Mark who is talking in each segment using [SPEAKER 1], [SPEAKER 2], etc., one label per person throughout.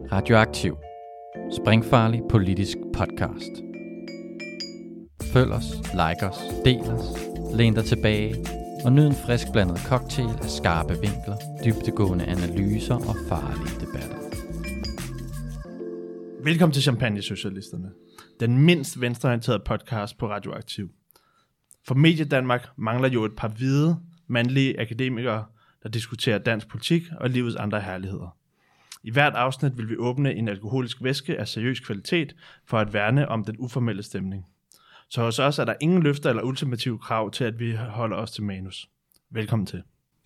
[SPEAKER 1] Radioaktiv. Springfarlig politisk podcast. Følg os, like os, del os, læn dig tilbage og nyd en frisk blandet cocktail af skarpe vinkler, dybdegående analyser og farlige debatter.
[SPEAKER 2] Velkommen til Champagne-socialisterne, den mindst venstreorienterede podcast på Radioaktiv. For Mediedanmark mangler jo et par hvide, mandlige akademikere, der diskuterer dansk politik og livets andre herligheder. I hvert afsnit vil vi åbne en alkoholisk væske af seriøs kvalitet for at værne om den uformelle stemning. Så hos os er der ingen løfter eller ultimative krav til, at vi holder os til manus. Velkommen til.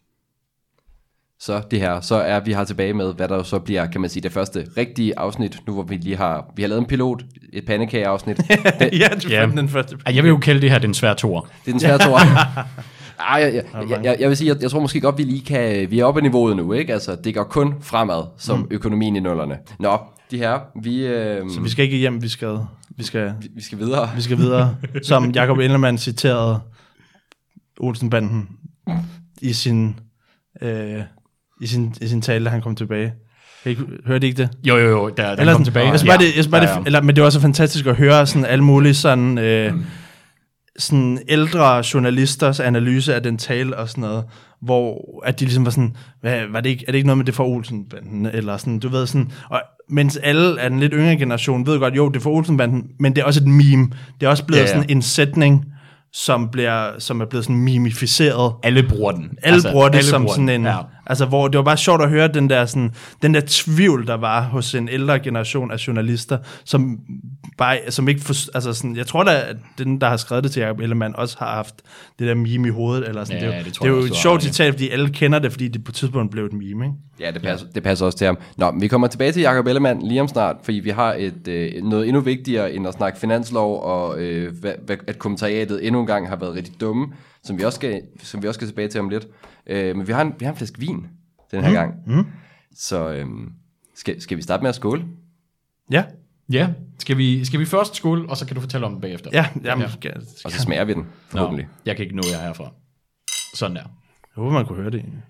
[SPEAKER 3] Så er vi her tilbage med, hvad der så bliver, kan man sige, det første rigtige afsnit, nu hvor vi har lavet en pilot, et pandekage-afsnit.
[SPEAKER 2] Den første.
[SPEAKER 4] Jeg vil jo kalde det her den svære toer.
[SPEAKER 3] Det er den svære toer. Jeg vil sige, jeg tror måske godt, vi er oppe af niveauet nu, ikke? Altså, det går kun fremad, som økonomien i nullerne. Nå,
[SPEAKER 2] Så vi skal ikke hjem, vi skal
[SPEAKER 3] videre.
[SPEAKER 2] Vi skal videre, som Jakob Ellemann citerede Olsenbanden i sin tale, da han kom tilbage. Hørte I ikke det?
[SPEAKER 4] Jo, der kom sådan, tilbage.
[SPEAKER 2] Men det var også fantastisk at høre sådan alle mulige sådan ældre journalisters analyse af den tale og sådan noget, hvor at de ligesom var sådan, er det ikke noget med det for Olsenbanden, eller sådan, du ved sådan, og mens alle af den lidt yngre generation ved godt, jo, det er for Olsenbanden, men det er også et meme, det er også blevet sådan en sætning, som er blevet sådan mimificeret.
[SPEAKER 4] Alle bruger den.
[SPEAKER 2] Alle bruger det som sådan en... Ja. Altså, hvor det var bare sjovt at høre den der tvivl, der var hos en ældre generation af journalister, som ikke... jeg tror da, at den, der har skrevet det til Jakob Ellemann, også har haft det der meme i hovedet. Eller sådan.
[SPEAKER 4] Ja,
[SPEAKER 2] det er jo et sjovt citat, fordi alle kender det, fordi det på et tidspunkt blev et meme, ikke?
[SPEAKER 3] Ja, det passer også til ham. Nå, vi kommer tilbage til Jakob Ellemann lige om snart, fordi vi har noget endnu vigtigere end at snakke finanslov, og at kommentariatet endnu en gang har været rigtig dumme, som vi også skal tilbage til om lidt. Men vi har en flaske vin den her gang. Så skal vi starte med at skåle?
[SPEAKER 2] Ja.
[SPEAKER 4] Ja. Skal vi først skåle, og så kan du fortælle om det bagefter?
[SPEAKER 2] Ja.
[SPEAKER 3] Og så smager vi den, forhåbentlig.
[SPEAKER 4] Jeg kan ikke nå jer herfra. Sådan der.
[SPEAKER 2] Jeg håber, man kunne høre det egentlig.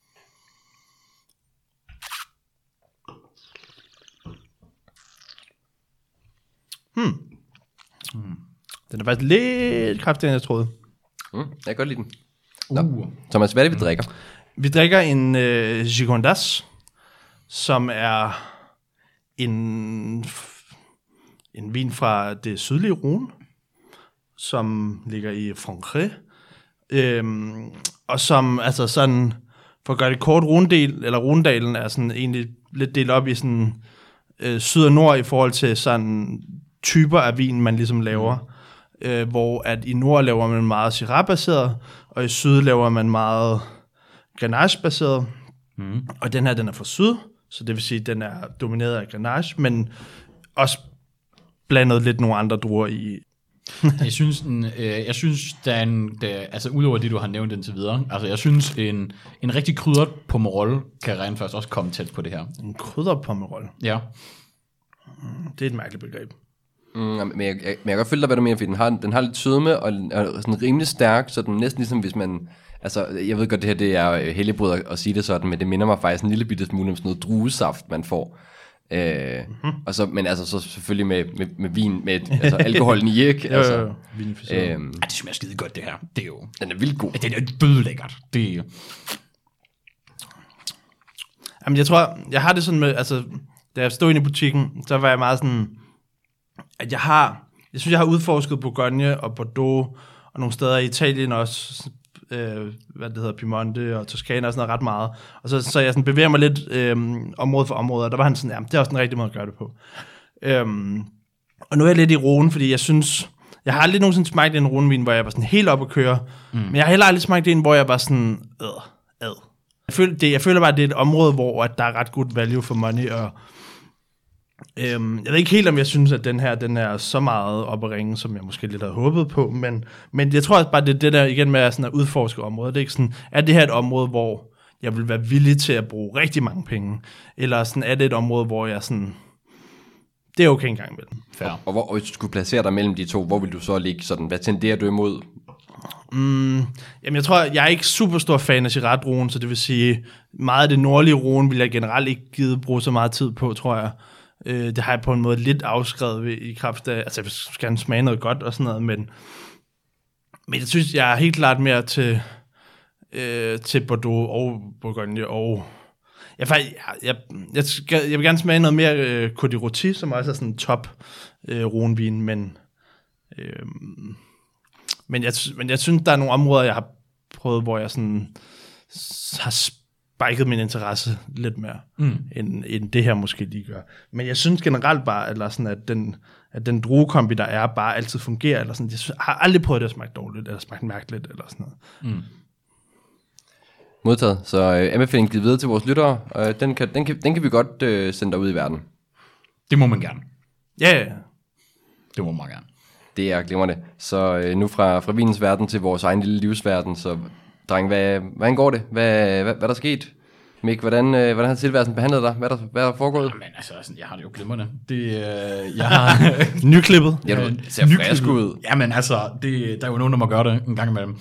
[SPEAKER 2] Den er faktisk lidt kraftigere, end jeg troede.
[SPEAKER 3] Jeg kan godt lide den. Thomas, hvad er det, vi drikker?
[SPEAKER 2] Vi drikker en Gigondas, som er en vin fra det sydlige Rhône, som ligger i Frankrig. Og som, altså sådan, for at gøre det kort, Rhônedalen er sådan egentlig lidt delt op i sådan syd og nord i forhold til sådan typer af vin, man ligesom laver. Hvor at i nord laver man meget Syrah-baseret, og i syd laver man meget Grenache-baseret. Og den her, den er fra syd, så det vil sige, at den er domineret af Grenache, men også blandet lidt nogle andre druer i.
[SPEAKER 4] Jeg synes, der er altså udover det, du har nævnt indtil videre, altså jeg synes, en rigtig krydret Pomerol kan rent faktisk også komme tæt på det her.
[SPEAKER 2] En krydret Pomerol?
[SPEAKER 4] Ja.
[SPEAKER 2] Det er et mærkeligt begreb.
[SPEAKER 3] Men jeg kan godt følge dig, hvad du mener, fordi den har lidt sødme, og er sådan rimelig stærk, så den næsten ligesom, hvis man... Altså, jeg ved godt, det her det er helligbrød at sige det sådan, men det minder mig faktisk en lille bitte smule om sådan noget druesaft, man får. Og så, men altså, så selvfølgelig med vin, med alkoholen i, ikke? Altså,
[SPEAKER 4] det smager skide godt, det her. Det er jo...
[SPEAKER 3] Den er vildt god.
[SPEAKER 4] Det er bødelækkert. Det er...
[SPEAKER 2] Jamen, jeg tror, jeg har det sådan med, altså, da jeg stod inde i butikken, så var jeg meget sådan... at jeg synes, jeg har udforsket Bourgogne og Bordeaux, og nogle steder i Italien også, Piemonte og Toscana og sådan noget ret meget. Og så jeg sådan bevæger mig lidt område for område, og der var han sådan, det er også den rigtige måde at gøre det på. Og nu er jeg lidt i Rhône, fordi jeg synes, jeg har aldrig nogensinde smagt en Rhônevin, hvor jeg var sådan helt oppe at køre, men jeg har heller aldrig smagt en, hvor jeg var sådan, Jeg føler bare, at det er et område, hvor at der er ret good value for money, og jeg ved ikke helt, om jeg synes, at den her, den er så meget op at ringe, som jeg måske lidt havde håbet på, men jeg tror også bare, det er det der igen med sådan at udforske området. Det er ikke sådan, er det her et område, hvor jeg vil være villig til at bruge rigtig mange penge, eller sådan, er det et område, hvor jeg sådan, det er okay en gang imellem.
[SPEAKER 3] Og hvis du skulle placere dig mellem de to, hvor vil du så ligge sådan, hvad tenderer du imod?
[SPEAKER 2] Jamen, jeg tror, jeg er ikke super stor fan af Shiraz-druen, så det vil sige, meget af det nordlige Rhône vil jeg generelt ikke bruge så meget tid på, tror jeg. Det har jeg på en måde lidt afskrevet i kraft af, altså jeg skal gerne smage noget godt og sådan noget, men jeg synes, jeg er helt klart mere til Bordeaux og Bourgogne, og jeg vil gerne smage noget mere Côte de Rôti, som også er sådan en top Rhône-vin, men jeg synes, der er nogle områder, jeg har prøvet, hvor jeg sådan har spiket min interesse lidt mere, end det her måske lige gør. Men jeg synes generelt bare, eller sådan, at den druekombi, der er, bare altid fungerer. Eller sådan. Jeg har aldrig prøvet det at smage dårligt, eller smage mærkeligt, eller sådan noget.
[SPEAKER 3] Modtaget. Så anbefaling givet videre til vores lyttere. Den kan vi godt sende derud i verden.
[SPEAKER 4] Det må man gerne.
[SPEAKER 2] Ja.
[SPEAKER 4] Det må man gerne.
[SPEAKER 3] Det er glimrende. Så nu fra vinens verden til vores egen lille livsverden. Så dreng, hvordan går det? Hvad er der sket? Mik, hvordan har tilværelsen behandlet dig? Hvad er der foregået?
[SPEAKER 4] Jamen altså, jeg har det jo glimrende. Jeg har...
[SPEAKER 2] Nyklippet.
[SPEAKER 3] Ja, du ser frisk ud.
[SPEAKER 4] Jamen altså, der er jo nogen, der må gøre det en gang imellem.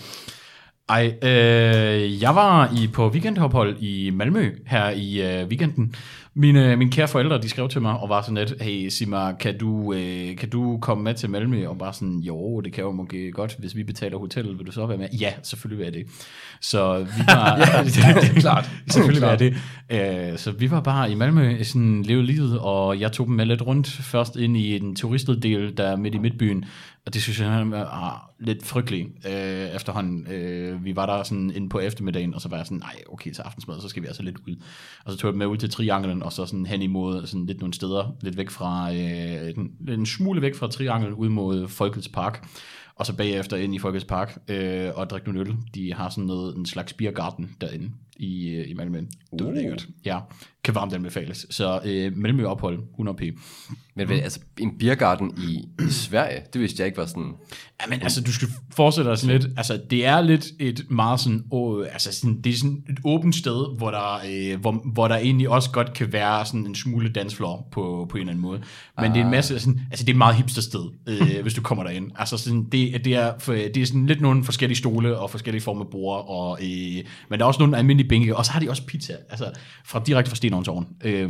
[SPEAKER 4] Jeg var på weekendophold i Malmø her i weekenden. Mine kære forældre, de skrev til mig og var sådan lidt, hey Sima, kan du komme med til Malmø? Og bare sådan, jo, det kan jo måske godt, hvis vi betaler hotellet, vil du så være med? Ja, selvfølgelig vil jeg det. Så vi var...
[SPEAKER 3] ja, det er klart.
[SPEAKER 4] Selvfølgelig vil jeg det. Så vi var bare i Malmø, sådan levede livet, og jeg tog dem med lidt rundt. Først ind i en turistdel, der midt i midtbyen, og det synes jeg var lidt frygteligt efterhånden. Vi var der sådan inde på eftermiddagen, og så var jeg sådan, nej, okay, til aftensmad, så skal vi altså lidt ud. Og så tog jeg dem med ud til Trianglen, og så sådan hen imod sådan lidt nogle steder, lidt væk fra, en smule væk fra Trianglen, ud mod Folkets Park. Og så bagefter ind i Folkets Park og drikke nogle øl. De har sådan en slags biergarten derinde i Malmø. Det var lækkert. Ja, kan varmt anbefales. Så Malmø ophold, 100p.
[SPEAKER 3] Men altså, en biergarten i Sverige, det vidste jeg ikke var sådan...
[SPEAKER 4] Ja, men altså, du skal forestille dig sådan lidt... Altså, det er lidt et meget sådan... det er sådan et åbent sted, hvor der egentlig også godt kan være sådan en smule dancefloor på en eller anden måde. Men det er en masse... Sådan, altså, det er et meget hipster sted, hvis du kommer derind. Altså, sådan, det er sådan lidt nogle forskellige stole og forskellige former borde, og, men der er også nogle almindelige bænke, og så har de også pizza, altså direkte fra Stenovnsovn.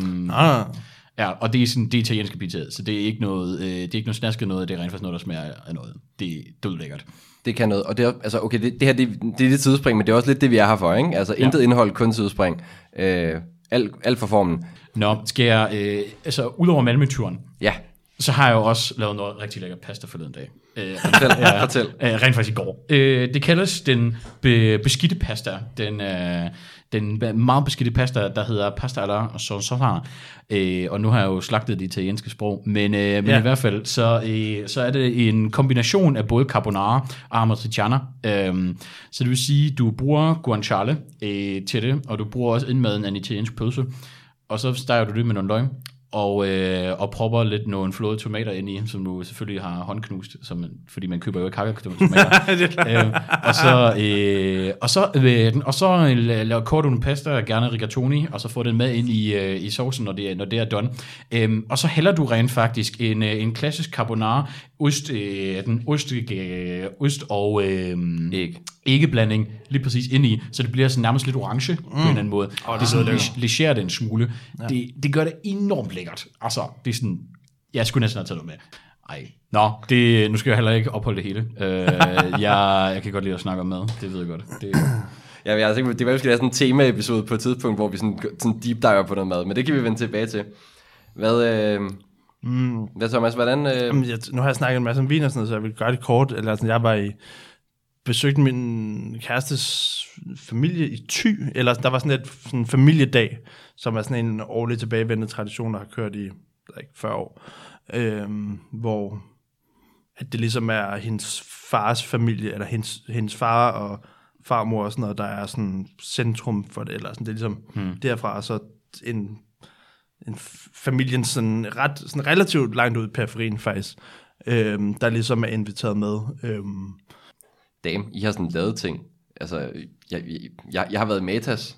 [SPEAKER 4] Ja, og det er sådan det italienske pizza, så det er ikke noget snasket noget, det er rent faktisk noget, der smager af noget. Det er lækkert.
[SPEAKER 3] Det kan noget, og det er, altså okay, det her det er lidt tidsspring, men det er også lidt det, vi er her for, ikke? Altså intet indhold, kun tidsspring. Alt for formen.
[SPEAKER 4] Nå, skal jeg, altså udover Malmø-turen,
[SPEAKER 3] ja,
[SPEAKER 4] så har jeg jo også lavet noget rigtig lækkert pasta forleden dag.
[SPEAKER 3] Fortæl.
[SPEAKER 4] Rent faktisk i går. Det kaldes den beskidte pasta. Den meget beskidte pasta, der hedder pasta alla sonsola. Og nu har jeg jo slagtet det italienske sprog. Men i hvert fald, så er det en kombination af både carbonara og amatriciana. Så det vil sige, du bruger guanciale til det, og du bruger også indmaden af en italiensk pølse. Og så steger du det med nogle løg. Og propper lidt nogle flåede tomater ind i, som du selvfølgelig har håndknust, fordi man køber jo ikke hakkeknust tomater. og så koger du en pasta, gerne rigatoni, og så får den med ind i saucen, når det er done. Og så hælder du rent faktisk en klassisk carbonara, ost og æggeblanding lige præcis ind i, så det bliver sådan nærmest lidt orange på en eller anden måde. Det legerer det en smule. Ja. Det gør det enormt lækkert. Altså, det er sådan, jeg skulle næsten have taget noget med. Nu skal jeg heller ikke opholde det hele. Jeg kan godt lide at snakke om mad, det ved jeg godt.
[SPEAKER 3] Ja, jeg tænker, det var jo sådan en tema-episode på et tidspunkt, hvor vi sådan deep diver på noget mad, men det kan vi vende tilbage til. Hvad Thomas, hvordan...
[SPEAKER 2] Nu har jeg snakket en masse om vin og sådan noget, så jeg vil gøre det kort. Eller sådan, jeg var besøgte min kærestes familie i Thy, eller der var sådan en familiedag, som er sådan en årlig tilbagevendende tradition, der har kørt i 40 år, hvor at det ligesom er hendes fars familie, eller hendes far og farmor og sådan noget, der er sådan centrum for det, eller sådan, det er ligesom derfra, så en familien sådan relativt langt ud i periferien faktisk, der ligesom er inviteret med.
[SPEAKER 3] Damn, I har sådan lavet ting. Altså, jeg har været i Matas.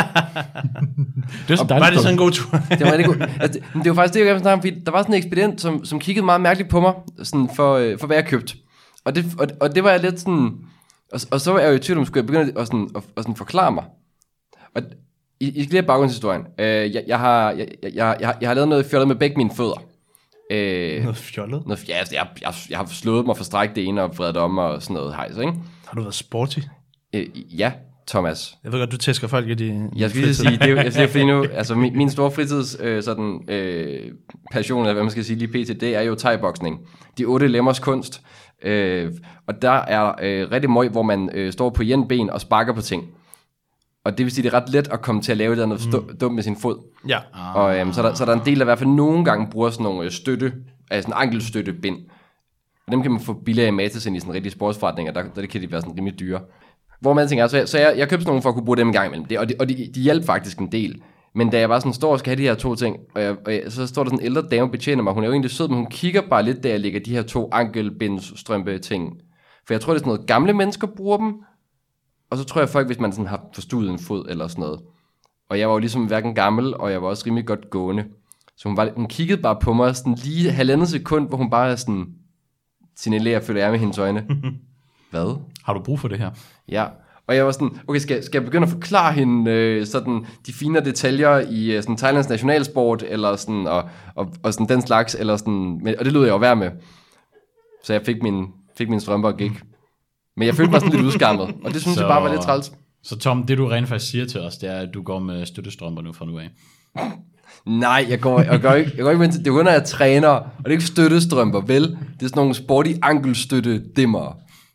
[SPEAKER 2] Var det sådan en god tur?
[SPEAKER 3] Det var rigtig god. Altså, det var faktisk det, jeg gerne snakke om, fordi der var sådan en ekspedient, som kiggede meget mærkeligt på mig, sådan for hvad jeg købte. Og det var jeg lidt sådan... Og så er jeg jo i tvivl om, skulle jeg begynde at sådan forklare mig. Og I skal lige have baggrundshistorien. Jeg har lavet noget fjollet med begge mine fødder.
[SPEAKER 2] Noget fjollet?
[SPEAKER 3] Jeg har slået mig for stræk det ene og vredet om og sådan noget hejs, ikke?
[SPEAKER 2] Har du været sporty?
[SPEAKER 3] Ja, Thomas.
[SPEAKER 2] Jeg ved godt, du tæsker folk i de...
[SPEAKER 3] Jeg skal lige sige, det er fordi nu, altså min store fritids passion, eller hvad man skal sige lige pt, det er jo thai-boksning. De 8 lemmers kunst. Og der er rigtig meget, hvor man står på yen-ben og sparker på ting. Og det vil sige, det er ret let at komme til at lave det noget dumt med sin fod.
[SPEAKER 2] Ja.
[SPEAKER 3] Og så er der en del, der i hvert fald nogle gange bruger sådan nogle sådan ankelstøttebind. Og dem kan man få billigere i Matas ind i sådan en rigtig sportsforretning, og der kan de være sådan rimelig dyre. Hvor man tænker, så jeg købte sådan nogle for at kunne bruge dem en gang imellem. Og de hjalp faktisk en del. Men da jeg bare sådan står og skal have de her 2 ting, så står der sådan en ældre dame betjener mig. Hun er jo egentlig sød, men hun kigger bare lidt, da jeg lægger de her 2 ankelbindsstrømpe ting. For jeg tror, det er sådan noget, gamle mennesker bruger dem. Og så tror jeg folk, hvis man sådan har forstuet en fod eller sådan noget. Og jeg var jo ligesom hverken gammel, og jeg var også rimelig godt gående. Så hun kiggede bare på mig sådan lige 1,5 sekund, hvor hun bare sådan signalerer, følger jeg med hendes øjne. Hvad?
[SPEAKER 4] Har du brug for det her?
[SPEAKER 3] Ja. Og jeg var sådan, okay, skal jeg begynde at forklare hende sådan de fine detaljer i sådan Thailands nationalsport, eller sådan, og sådan den slags, eller sådan, og det lød jeg jo være med. Så jeg fik mine strømper og gik. Men jeg følte mig sådan lidt udskammet, og det synes jeg bare var lidt træls.
[SPEAKER 4] Så Tom, det du rent faktisk siger til os, det er, at du går med støttestrømper nu fra nu af.
[SPEAKER 3] Nej, jeg går ikke med til, det er kun, når jeg træner, og det er ikke støttestrømper, vel? Det er sådan nogle sporty ankelstøtte-dimmer.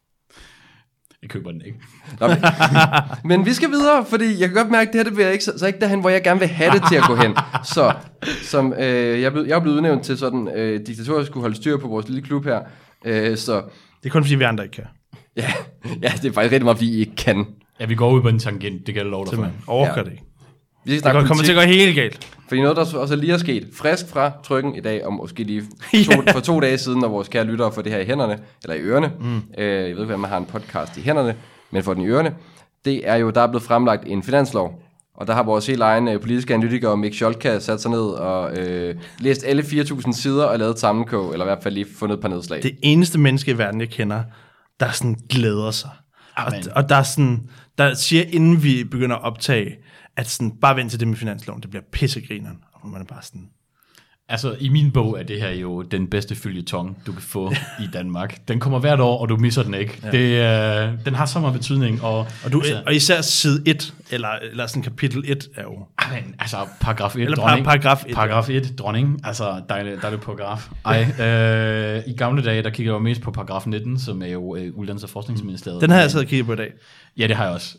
[SPEAKER 4] Jeg køber den ikke.
[SPEAKER 3] Nå, men vi skal videre, fordi jeg kan godt mærke, at det her det bliver ikke, så ikke derhen, hvor jeg gerne vil have det til at gå hen. Så som jeg er blevet udnævnt til sådan diktatorisk skulle holde styr på vores lille klub her. Så
[SPEAKER 2] det er kun fordi vi andre ikke kan.
[SPEAKER 3] Ja, det er faktisk rigtig meget, fordi I ikke kan.
[SPEAKER 4] Ja, vi går ud på en tangent, det kan jeg love dig for.
[SPEAKER 2] Overgår det ikke.
[SPEAKER 3] Vi skal
[SPEAKER 2] det kommer til at gå helt galt.
[SPEAKER 3] Fordi noget, der også lige er sket, frisk fra trykken i dag, og måske lige for 2 dage siden, når vores kære lyttere får det her i hænderne, eller i ørerne. Jeg ved ikke, hvad man har en podcast i hænderne, men for den i ørerne, det er jo, der er blevet fremlagt en finanslov. Og der har vores helt egen politiske analytiker, Mick Scholka, sat sig ned og læst alle 4.000 sider og lavet sammenkog, eller i hvert fald lige fundet et par nedslag.
[SPEAKER 2] Det eneste menneske i verden, jeg kender, der sådan glæder sig. Og der er sådan, der siger, inden vi begynder at optage, at sådan, bare vent til det med finansloven, det bliver pissegrineren. Og man er bare sådan...
[SPEAKER 4] Altså, i min bog er det her jo den bedste føljeton, du kan få i Danmark. Den kommer hvert år, og du misser den ikke. Ja. Den har så meget betydning. Og
[SPEAKER 2] især side 1, eller sådan kapitel 1 er jo...
[SPEAKER 4] Altså, paragraf 1,
[SPEAKER 2] eller
[SPEAKER 4] dronning.
[SPEAKER 2] Paragraf 1,
[SPEAKER 4] dronning. Altså, dejlig paragraf. I gamle dage, der kiggede jeg jo mest på paragraf 19, som er jo Uddannelses- og Forskningsministeriet.
[SPEAKER 2] Den har jeg siddet og kigget på i dag.
[SPEAKER 4] Ja, det har jeg også.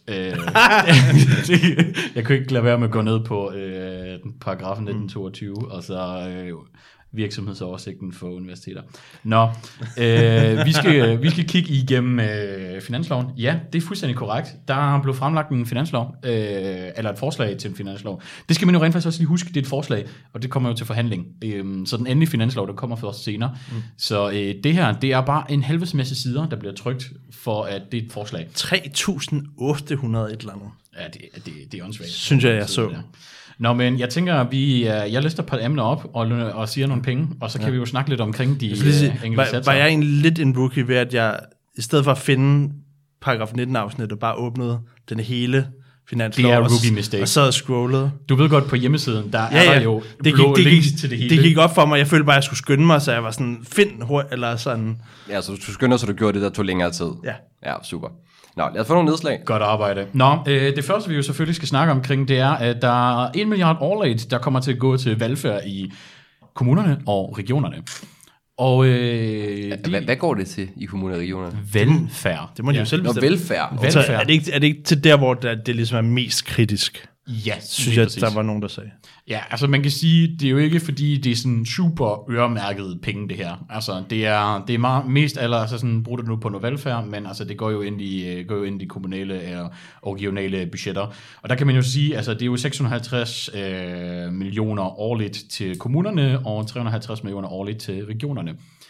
[SPEAKER 4] Jeg kunne ikke lade være med at gå ned på paragrafen 1922, og så virksomhedsoversigten for universiteter. Nå, vi skal kigge igennem finansloven. Ja, det er fuldstændig korrekt. Der blev fremlagt en finanslov, eller et forslag til en finanslov. Det skal man jo rent faktisk også lige huske, det er et forslag, og det kommer jo til forhandling. Så den endelige finanslov, der kommer først senere. Så det her, det er bare en halves masse sider, der bliver trykt, for at det er et forslag.
[SPEAKER 2] 3.800 et eller andet.
[SPEAKER 4] Ja, det er åndssvagt.
[SPEAKER 2] Synes jeg så.
[SPEAKER 4] Nå, men jeg tænker, jeg lister et par emner op og siger nogle penge, og så kan vi jo snakke lidt omkring de enkelte satser.
[SPEAKER 2] Var jeg egentlig lidt en rookie ved, at jeg i stedet for at finde paragraf 19-afsnittet, bare åbnede den hele finanslov,
[SPEAKER 4] det er rookie mistake.
[SPEAKER 2] Og så scrollede.
[SPEAKER 4] Du ved godt, på hjemmesiden, der er der jo blå links til det hele.
[SPEAKER 2] Det gik op for mig, jeg følte bare, at jeg skulle skynde mig, så jeg var sådan, find hurtigt, eller sådan.
[SPEAKER 3] Ja, så du skynder, så du gjorde det, der tog længere tid. Ja, super. Nå, lad os få nogle nedslag.
[SPEAKER 4] Godt arbejde. Nå, det første, vi jo selvfølgelig skal snakke omkring, det er, at der er 1 milliard årligt, der kommer til at gå til velfærd i kommunerne og regionerne. Og
[SPEAKER 3] hvad går det til i kommuner og regioner?
[SPEAKER 4] Velfærd.
[SPEAKER 2] Det må de jo selv bestemme.
[SPEAKER 3] Velfærd.
[SPEAKER 2] Så er det ikke til der, hvor det ligesom er mest kritisk?
[SPEAKER 4] Ja,
[SPEAKER 2] synes jeg, der var nogen, der sagde.
[SPEAKER 4] Ja, altså man kan sige, det er jo ikke fordi, det er sådan super øremærket penge, det her. Altså det er meget, mest eller altså sådan, bruger det nu på noget velfærd, men altså det går jo ind i de kommunale og regionale budgetter. Og der kan man jo sige, altså det er jo 650 millioner årligt til kommunerne, og 350 millioner årligt til regionerne.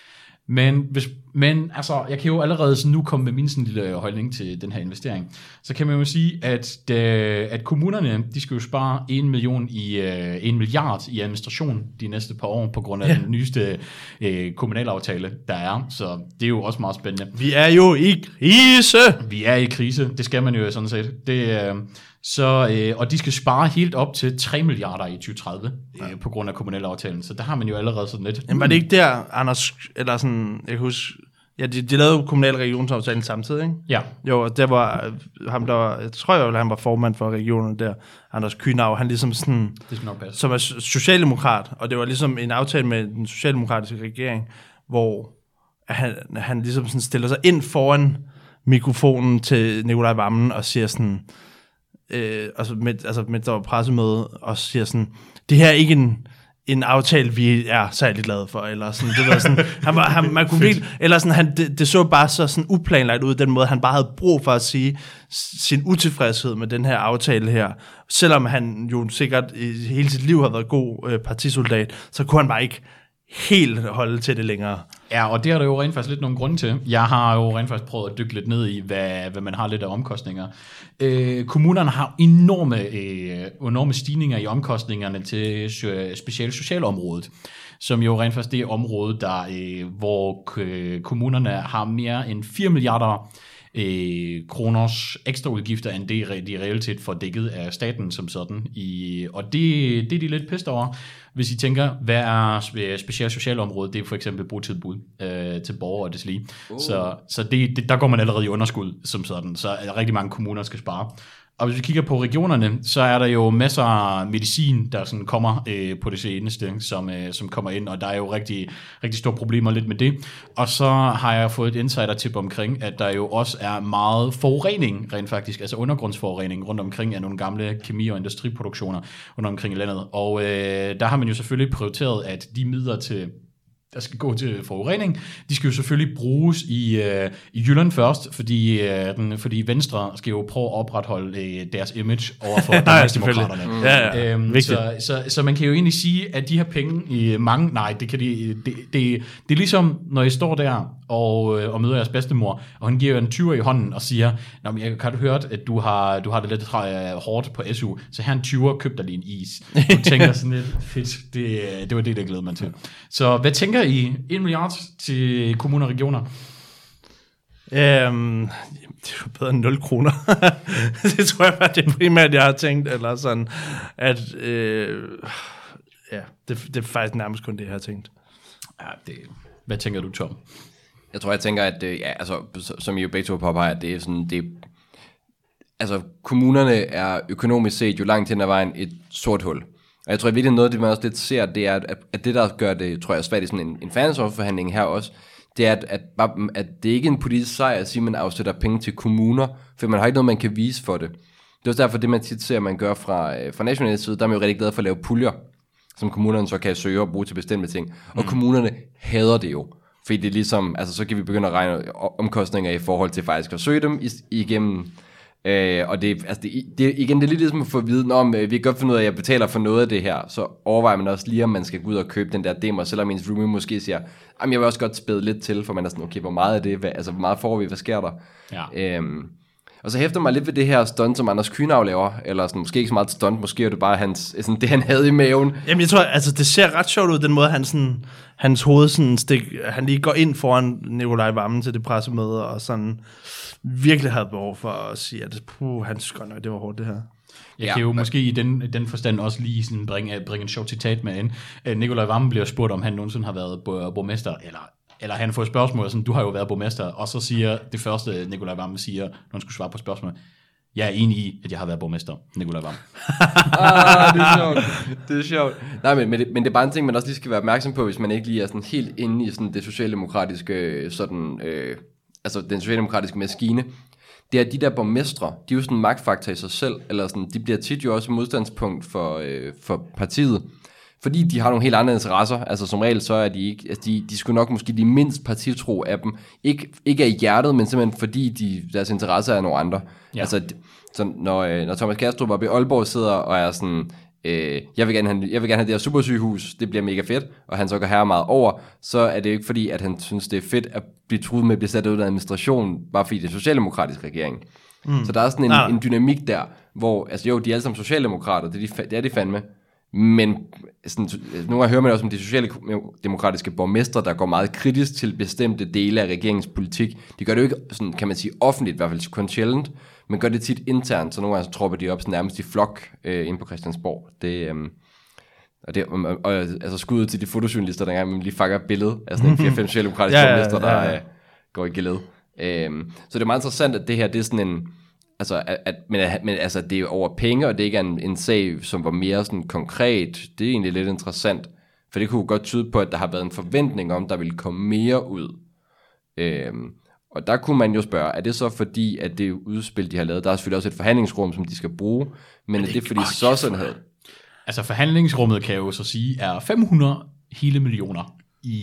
[SPEAKER 4] Men altså, jeg kan jo allerede sådan nu komme med min sådan lille holdning til den her investering. Så kan man jo sige, at kommunerne, de skal jo spare 1 milliard i administration de næste par år, på grund af den nyeste kommunalaftale, der er. Så det er jo også meget spændende.
[SPEAKER 2] Vi er jo i krise!
[SPEAKER 4] Vi er i krise, det skal man jo sådan set. Og de skal spare helt op til 3 milliarder i 2030 på grund af kommunalaftalen. Så der har man jo allerede sådan lidt.
[SPEAKER 2] Jamen var det ikke der, Anders, eller sådan, jeg kan huske, ja, de lavede jo kommunal- og regionsaftalen samtidig, ikke?
[SPEAKER 4] Ja.
[SPEAKER 2] Jo, og der var ham, jeg tror han var formand for regionen der, Anders Kynav, han ligesom sådan,
[SPEAKER 4] det skal nok passe.
[SPEAKER 2] Som er socialdemokrat, og det var ligesom en aftale med den socialdemokratiske regering, hvor han ligesom sådan stiller sig ind foran mikrofonen til Nikolaj Wammen og siger sådan, med der var pressemøde, og siger sådan, det her er ikke en aftale, vi er særlig glade for, eller sådan, det var sådan, man kunne virkelig, eller sådan, det så bare så sådan uplanlagt ud, den måde, han bare havde brug for at sige sin utilfredshed med den her aftale her, selvom han jo sikkert i hele sit liv har været god partisoldat, så kunne han bare ikke helt holde til det længere.
[SPEAKER 4] Ja, og det er der jo rent faktisk lidt nogle grunde til. Jeg har jo rent faktisk prøvet at dykke lidt ned i, hvad man har lidt af omkostninger. Kommunerne har enorme stigninger i omkostningerne til specielt socialområdet, som jo rent faktisk det er område, hvor kommunerne har mere end 4 milliarder kroners ekstra udgifter, end det de reelt set får dækket af staten som sådan. Og det er de lidt pissed over, hvis I tænker, hvad er specielt socialområdet? Det er for eksempel botilbud til borgere og deslige. Så der går man allerede i underskud som sådan, så rigtig mange kommuner skal spare. Og hvis vi kigger på regionerne, så er der jo masser af medicin, der sådan kommer på det seneste, som kommer ind, og der er jo rigtig, rigtig store problemer lidt med det. Og så har jeg fået et insider-tip omkring, at der jo også er meget forurening, rent faktisk, altså undergrundsforurening rundt omkring af nogle gamle kemi- og industriproduktioner rundt omkring i landet. Og der har man jo selvfølgelig prioriteret, at de midler der skal gå til forurening, de skal jo selvfølgelig bruges i Jylland først, fordi Venstre skal jo prøve at opretholde deres image overfor Danmarksdemokraterne. Så man kan jo egentlig sige, at de her penge i mange, det kan det er ligesom, når I står der og møder jeres bedstemor, og hun giver jo en 20'er i hånden og siger, jeg kan du høre, at du har det lidt hårdt på SU, så her en 20'er, køb dig lige en is. Du tænker sådan lidt, fedt, det var det glæder man til. Så hvad tænker I? 1 milliard til kommuner og regioner?
[SPEAKER 2] Det er jo bedre end 0 kroner. Det tror jeg bare, det er primært, jeg har tænkt, eller sådan, at det er faktisk nærmest kun det, jeg har tænkt.
[SPEAKER 4] Ja, hvad tænker du, Tom?
[SPEAKER 3] Jeg tænker, at som I jo begge to påpeger, det er sådan, kommunerne er økonomisk set jo langt hen ad vejen et sort hul. Og jeg tror virkelig noget af det, man også lidt ser, det er, at det, der gør det, tror jeg, svært i sådan en finanslovsforhandling her også, det er, at det ikke er en politisk sejr at sige, at man afsætter penge til kommuner, for man har ikke noget, man kan vise for det. Det er også derfor, det man tit ser, man gør fra national side, der er man jo rigtig glad for at lave puljer, som kommunerne så kan søge og bruge til bestemte ting. Og kommunerne hader det jo, fordi det er ligesom, så kan vi begynde at regne omkostninger i forhold til faktisk at søge dem igennem. Og det er igen, det er lidt ligesom at få at vide, om vi kan godt finde ud af, at jeg betaler for noget af det her, så overvejer man også lige, om man skal gå ud og købe den der demo, selvom ens roomie måske siger, jeg vil også godt spæde lidt til, for man er sådan, okay, hvor meget er det, hvor meget får vi, hvad sker der? Ja. Og så hæfter mig lidt ved det her stunt, som Anders Kynav laver, eller sådan, måske ikke så meget stunt, måske er det bare det, han havde i maven.
[SPEAKER 2] Jamen, jeg tror, det ser ret sjovt ud, den måde, hans hoved sådan han lige går ind foran Nikolaj Wammen til det pressemøde, og sådan virkelig havde behov for at sige, at han synes godt nok, det var hårdt, det her.
[SPEAKER 4] Jeg kan jo måske i den forstand også lige sådan bringe en sjov citat med ind. Nikolaj Wammen bliver spurgt, om han nogensinde har været borgmester, eller han får spørgsmål, sådan, du har jo været borgmester, og så siger det første, Nikolaj Wammen siger, når han skulle svare på spørgsmålet, jeg er enig i, at jeg har været borgmester, Nikolaj Wammen.
[SPEAKER 3] Det er sjovt. Nej, men det er bare en ting, man også lige skal være opmærksom på, hvis man ikke lige er sådan helt inde i sådan det socialdemokratiske, den socialdemokratiske maskine. Det er de der borgmestre, de er jo sådan en magtfaktor i sig selv, eller sådan, de bliver tit jo også modstandspunkt for partiet, fordi de har nogle helt andre interesser. Altså som regel så er de ikke, de skulle nok måske de mindst partitro af dem, ikke af hjertet, men simpelthen fordi deres interesser er nogle andre. Ja. Altså så når Thomas Kastrup oppe i Aalborg sidder og er sådan, jeg vil gerne have det her supersygehus, det bliver mega fedt, og han så går her meget over, så er det jo ikke fordi, at han synes, det er fedt at blive truet med at blive sat ud af administration, bare fordi det er en socialdemokratisk regering. Så der er sådan en dynamik der, hvor, altså jo, de er alle sammen socialdemokrater, det er de fandme, men sådan, nogle gange hører man også om de socialdemokratiske borgmestre, der går meget kritisk til bestemte dele af regeringens politik. De gør det jo ikke, sådan, kan man sige, offentligt, i hvert fald kun sjældent, men gør det tit internt, så nogle gange så tropper de op sådan nærmest i flok inde på Christiansborg. Altså skuddet til de fotojournalister, der engang man lige fanger et billede af sådan en 4-5 socialdemokratiske borgmestre, der går i geled. Så det er meget interessant, at det her, det er sådan en, altså, men altså, det er jo over penge, og det ikke er en sag, som var mere sådan konkret. Det er egentlig lidt interessant, for det kunne godt tyde på, at der har været en forventning om, der ville komme mere ud. Og der kunne man jo spørge, er det så fordi, at det udspil, de har lavet, der er selvfølgelig også et forhandlingsrum, som de skal bruge, men er det fordi sådan havde...
[SPEAKER 4] Altså forhandlingsrummet kan jeg jo så sige, er 500 hele millioner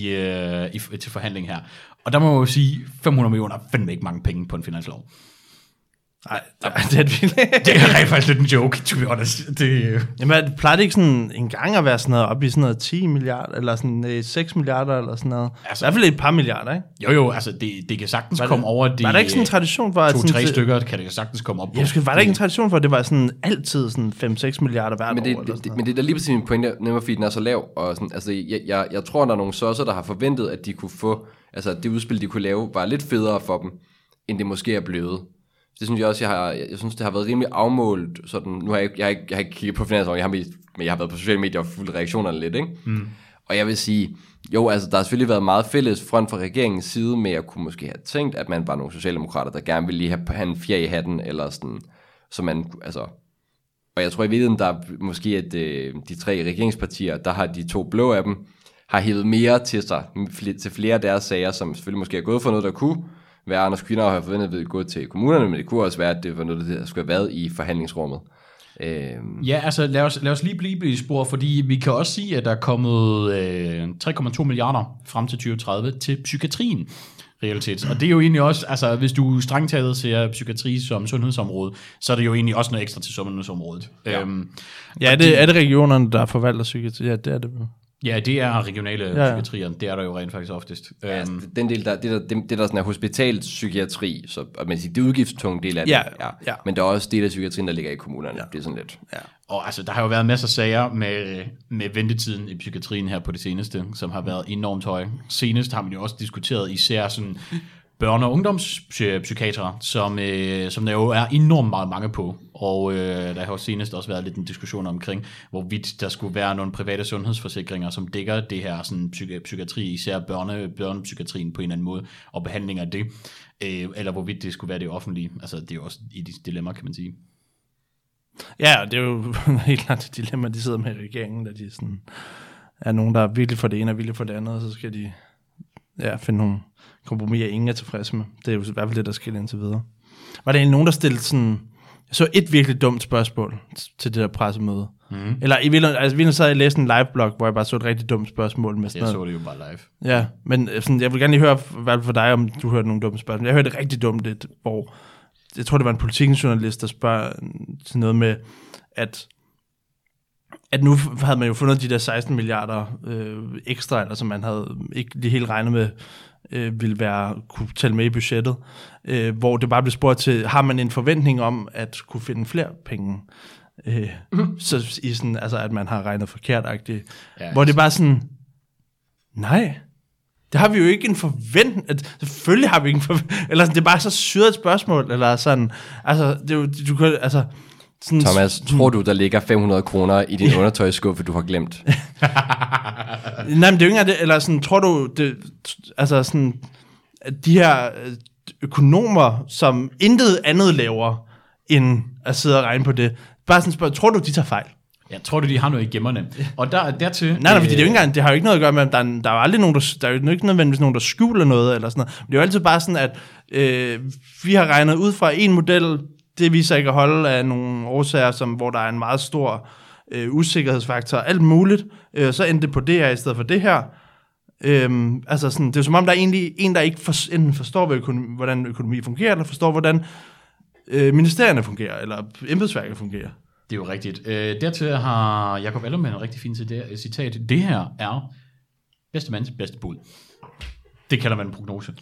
[SPEAKER 4] til forhandling her. Og der må man jo sige, 500 millioner er fandme ikke mange penge på en finanslov.
[SPEAKER 2] Nej, det er det virkelig.
[SPEAKER 4] Det er faktisk lidt en joke, to be honest.
[SPEAKER 2] Jamen, det plejer det ikke sådan en gang at være sådan noget op i sådan noget 10 milliarder, eller sådan 6 milliarder, eller sådan noget. Altså, i hvert fald et par milliarder, ikke?
[SPEAKER 4] Jo, altså det kan sagtens komme over det.
[SPEAKER 2] Var der ikke sådan en tradition for, at
[SPEAKER 4] 2-3 stykker kan det sagtens komme op på?
[SPEAKER 2] Ja, var der ikke en tradition for, at det var sådan altid sådan 5-6 milliarder hvert år?
[SPEAKER 3] Men det er da lige præcis min pointe, nemlig fordi den er så lav. Og sådan, altså, jeg tror, der er nogle sosser, der har forventet, at de kunne få, altså det udspil, de kunne lave, var lidt federe for dem, end det måske er blevet. Det synes jeg også, jeg synes, det har været rimelig afmålt. Sådan, nu har jeg ikke kigget på finansloven, men jeg har været på sociale medier og fulgt reaktionerne lidt, ikke? Og jeg vil sige, jo, altså der har selvfølgelig været meget fælles front fra regeringens side med at kunne måske have tænkt, at man var nogle socialdemokrater, der gerne ville lige have en fjer i hatten, eller sådan, så man, altså... Og jeg tror i virkeligheden, der er måske, at de 3 regeringspartier, der har de 2 blå af dem, har hævet mere til sig, til flere af deres sager, som selvfølgelig måske er gået for noget, der kunne være Anders Kvinder har forventet ved at gå til kommunerne, men det kunne også være, at det var noget, der skulle have været i forhandlingsrummet.
[SPEAKER 4] Ja, altså lad os lige blive i spor, fordi vi kan også sige, at der er kommet 3,2 milliarder frem til 2030 til psykiatrien realitet. Og det er jo egentlig også, altså hvis du strengt taget ser psykiatri som sundhedsområde, så er det jo egentlig også noget ekstra til sundhedsområdet.
[SPEAKER 2] Ja, er det regionerne, der forvalter psykiatri? Ja, det er det.
[SPEAKER 4] Ja, det er regionale psykiatrier. Det er der jo rent faktisk oftest.
[SPEAKER 3] Ja, den del, det der sådan er hospitalspsykiatri, så at man siger, det er udgiftstung del af det. Ja. Men der er også del af psykiatrien, der ligger i kommunerne. Ja. Det er sådan lidt. Ja.
[SPEAKER 4] Og altså, der har jo været masser af sager med ventetiden i psykiatrien her på det seneste, som har været enormt høje. Senest har man jo også diskuteret især sådan børne- og ungdomspsykiatere, som der jo er enormt meget mange på. Og der har jo senest også været lidt en diskussion omkring, hvorvidt der skulle være nogle private sundhedsforsikringer, som dækker det her sådan, psykiatri, især børnepsykiatrien på en eller anden måde, og behandling af det, eller hvorvidt det skulle være det offentlige. Altså, det er jo også et dilemma, kan man sige.
[SPEAKER 2] Ja, det er jo helt klart et dilemma, de sidder med i regeringen, der de sådan, er nogen, der er virkelig for det ene og virkelig for det andet, og så skal de finde nogle kompromiser, ingen er tilfredse med. Det er jo i hvert fald det, der sker indtil videre. Var der egentlig nogen, der stillede sådan... Jeg så et virkelig dumt spørgsmål til det der pressemøde. Eller i virkeligheden så havde jeg læst en live-blog, hvor jeg bare så et rigtig dumt spørgsmål. Med sådan
[SPEAKER 4] jeg så det jo bare live.
[SPEAKER 2] Ja, men sådan, jeg vil gerne lige høre for dig, om du hørte nogle dumme spørgsmål. Jeg hørte et rigtig dumt et, hvor... Jeg tror, det var en politikens-journalist, der spørger til noget med, at nu havde man jo fundet de der 16 milliarder ekstra, eller som man havde ikke lige helt regnet med, ville kunne tælle med i budgettet, hvor det bare blev spurgt til, har man en forventning om at kunne finde flere penge? Så i sådan, altså at man har regnet forkert-agtigt. Ja, hvor det bare sådan, nej, det har vi jo ikke en forventning, selvfølgelig har vi ikke en forventning, eller sådan, det er bare så syret et spørgsmål, eller sådan, altså, det er jo, du kan, altså, sådan,
[SPEAKER 3] Thomas, tror du, der ligger 500 kroner i din undertøjsskuffe, du har glemt?
[SPEAKER 2] Nej, men det er jo ikke det, eller sådan, tror du, det, altså sådan, de her økonomer, som intet andet laver, end at sidde og regne på det, bare sådan spørger, tror du, de tager fejl?
[SPEAKER 4] Jeg tror du, de har noget i gemmerne. Og dertil...
[SPEAKER 2] Nej, fordi det er jo ikke engang, det har jo ikke noget at gøre med, at der er aldrig nogen, der er jo ikke nødvendigvis nogen, der skjuler noget, eller sådan noget. Men det er jo altid bare sådan, at vi har regnet ud fra en model, det viser ikke at holde af nogle årsager, hvor der er en meget stor usikkerhedsfaktor, alt muligt. Så endte det på det her, i stedet for det her. Altså sådan, det er som om, der er egentlig en, der ikke enten forstår, hvordan økonomi fungerer, eller forstår, hvordan ministerierne fungerer, eller embedsværket fungerer.
[SPEAKER 4] Det er jo rigtigt. Dertil har Jacob Ellemann en rigtig fin citat. Det her er bedste mands bedste bud. Det kalder man en prognose.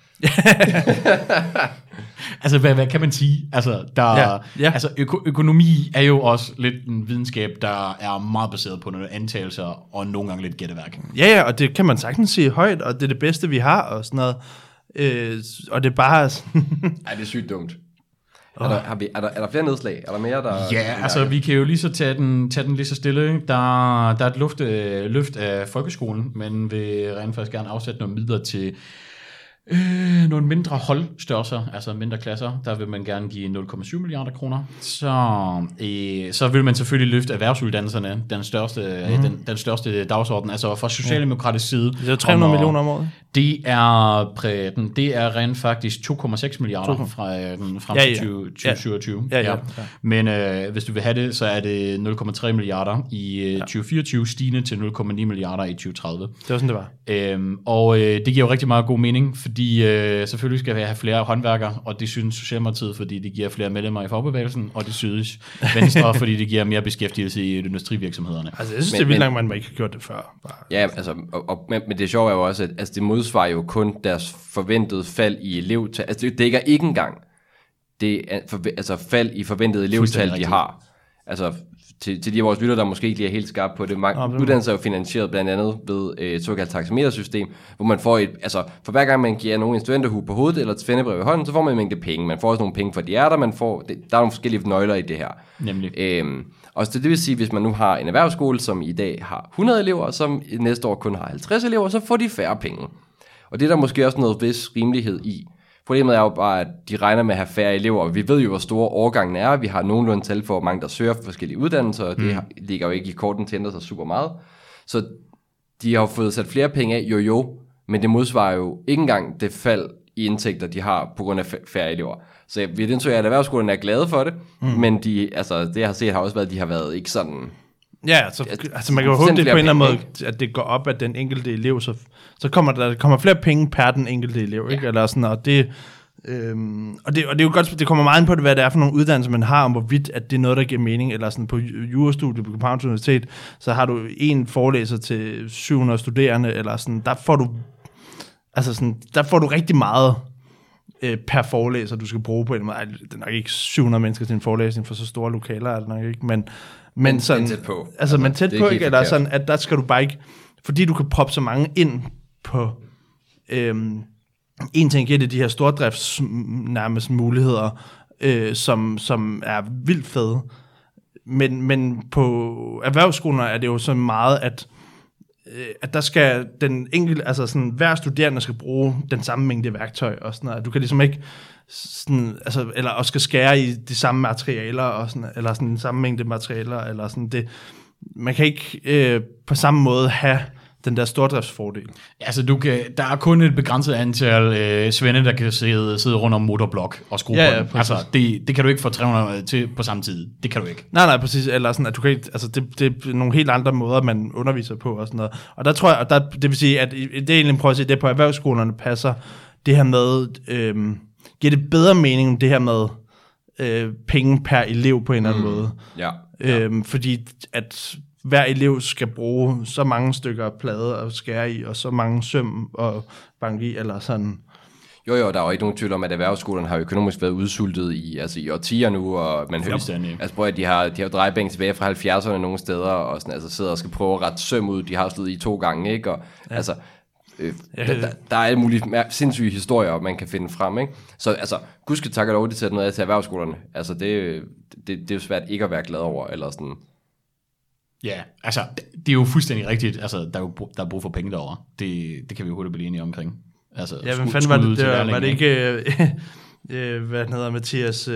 [SPEAKER 4] Altså, hvad kan man sige? Altså, altså økonomi er jo også lidt en videnskab, der er meget baseret på nogle antagelser, og nogle gange lidt gætteværk.
[SPEAKER 2] Ja, og det kan man sagtens sige højt, og det er det bedste, vi har, og sådan noget. Og det er bare...
[SPEAKER 3] Ej, det er sygt dumt. Er der flere nedslag? Er der mere, der...
[SPEAKER 4] Ja, altså vi kan jo lige så tage den lige så stille. Der er et løft af folkeskolen, men vil rent faktisk gerne afsætte nogle midler til nogle mindre holdstørrelser, altså mindre klasser. Der vil man gerne give 0,7 milliarder kroner. Så vil man selvfølgelig løfte erhvervsuddannelserne, den største dagsorden, altså fra socialdemokratisk side.
[SPEAKER 2] Det er 300 millioner om året.
[SPEAKER 4] Det er rent faktisk 2,6 milliarder frem til 2027. Ja. Men hvis du vil have det, så er det 0,3 milliarder i 2024, stigende til 0,9 milliarder i 2030.
[SPEAKER 2] Det var sådan, det var.
[SPEAKER 4] Og det giver jo rigtig meget god mening, fordi selvfølgelig skal vi have flere håndværkere, og det synes Socialdemokratiet, fordi det giver flere medlemmer i fagbevægelsen, og det synes Venstre, fordi det giver mere beskæftigelse i industrivirksomhederne.
[SPEAKER 2] Altså jeg synes, det er vildt langt, man ikke har gjort det før.
[SPEAKER 3] Ja, altså, men det sjove er jo også, at altså, det modsvarer jo kun deres forventede fald i elevtal. Altså det dækker ikke engang det fald i forventet elevtal, de har. Altså til de af vores lytter, der måske ikke lige er helt skarpe på det. Uddannelser er jo finansieret blandt andet ved et såkaldt taxametersystem, hvor man får for hver gang man giver nogen en studenterhue på hovedet eller et svendebrev i hånden, så får man en mængde penge. Man får også nogle penge for de er der, der er nogle forskellige nøgler i det her.
[SPEAKER 4] Nemlig.
[SPEAKER 3] Og det vil sige, hvis man nu har en erhvervsskole, som i dag har 100 elever, som næste år kun har 50 elever, så får de færre penge. Og det er der måske også noget vis rimelighed i. Problemet er jo bare, at de regner med at have færre elever, og vi ved jo, hvor store årgangen er. Vi har nogenlunde tal for, hvor mange der søger for forskellige uddannelser, og det ligger jo ikke i korten til at ændre sig super meget. Så de har jo fået sat flere penge af, men det modsvarer jo ikke engang det fald i indtægter, de har på grund af færre elever. Så vi indtryk af, at erhvervsskolerne er glade for det, men det jeg har set har også været, at de har været ikke sådan...
[SPEAKER 2] Ja, altså man kan jo håbe det på en eller anden måde, at det går op af den enkelte elev, så kommer der kommer flere penge per den enkelte elev, ikke? Eller sådan, og det er jo godt, det kommer meget ind på det, hvad det er for nogle uddannelser, man har, om hvorvidt, at det er noget, der giver mening, eller sådan på jurastudiet på Københavns Universitet, så har du en forelæser til 700 studerende, eller sådan, der får du rigtig meget per forelæser, du skal bruge på en måde. Det er nok ikke 700 mennesker til en forelæsning, for så store lokaler er det nok ikke, men sådan,
[SPEAKER 3] tæt på.
[SPEAKER 2] Altså, men tæt på, ikke? Eller sådan, at der skal du bare ikke, fordi du kan proppe så mange ind på, en ting giver det de her stordrifts nærmest muligheder, som er vildt fede, men på erhvervsskoler er det jo så meget, at der skal den enkelte, altså sådan, hver studerende skal bruge den samme mængde værktøj, og sådan noget. Du kan ligesom ikke sådan, altså, eller også skal skære i de samme materialer, og sådan, eller sådan den samme mængde materialer, eller sådan det. Man kan ikke på samme måde have den der stordriftsfordel.
[SPEAKER 4] Altså, der er kun et begrænset antal svende, der kan sidde rundt om motorblok og skrue på den. Altså, det kan du ikke få 300 til på samme tid. Det kan du ikke.
[SPEAKER 2] Nej, præcis. Eller sådan, at du kan ikke, altså, det er nogle helt andre måder, man underviser på og sådan noget. Og der tror jeg, det vil sige, at det er egentlig prøver at sige, det på erhvervsskolerne passer det her med, giver det bedre mening, det her med penge per elev på en eller anden måde.
[SPEAKER 3] Ja.
[SPEAKER 2] Fordi at hver elev skal bruge så mange stykker plade og skære i, og så mange søm og banke i, eller sådan.
[SPEAKER 3] Jo, der er jo ikke nogen tvivl om, at erhvervsskolerne har økonomisk været udsultet i årtier nu, og man hører, at de har drejebænk tilbage fra 70'erne nogle steder, og sådan, altså sidder og skal prøve at rette søm ud, de har slået i 2 gange, ikke? Og altså, der er alle mulige sindssyge historier, man kan finde frem, ikke? Så altså, gudske tak og lov, det sætter noget af til erhvervsskolerne. Altså, det er jo svært ikke at være glad over, eller sådan.
[SPEAKER 4] Ja, altså, det er jo fuldstændig rigtigt. Altså, der er brug for penge derovre. Det kan vi jo hurtigt blive enige omkring. Altså,
[SPEAKER 2] ja, men fanden var det ikke hvad hedder Mathias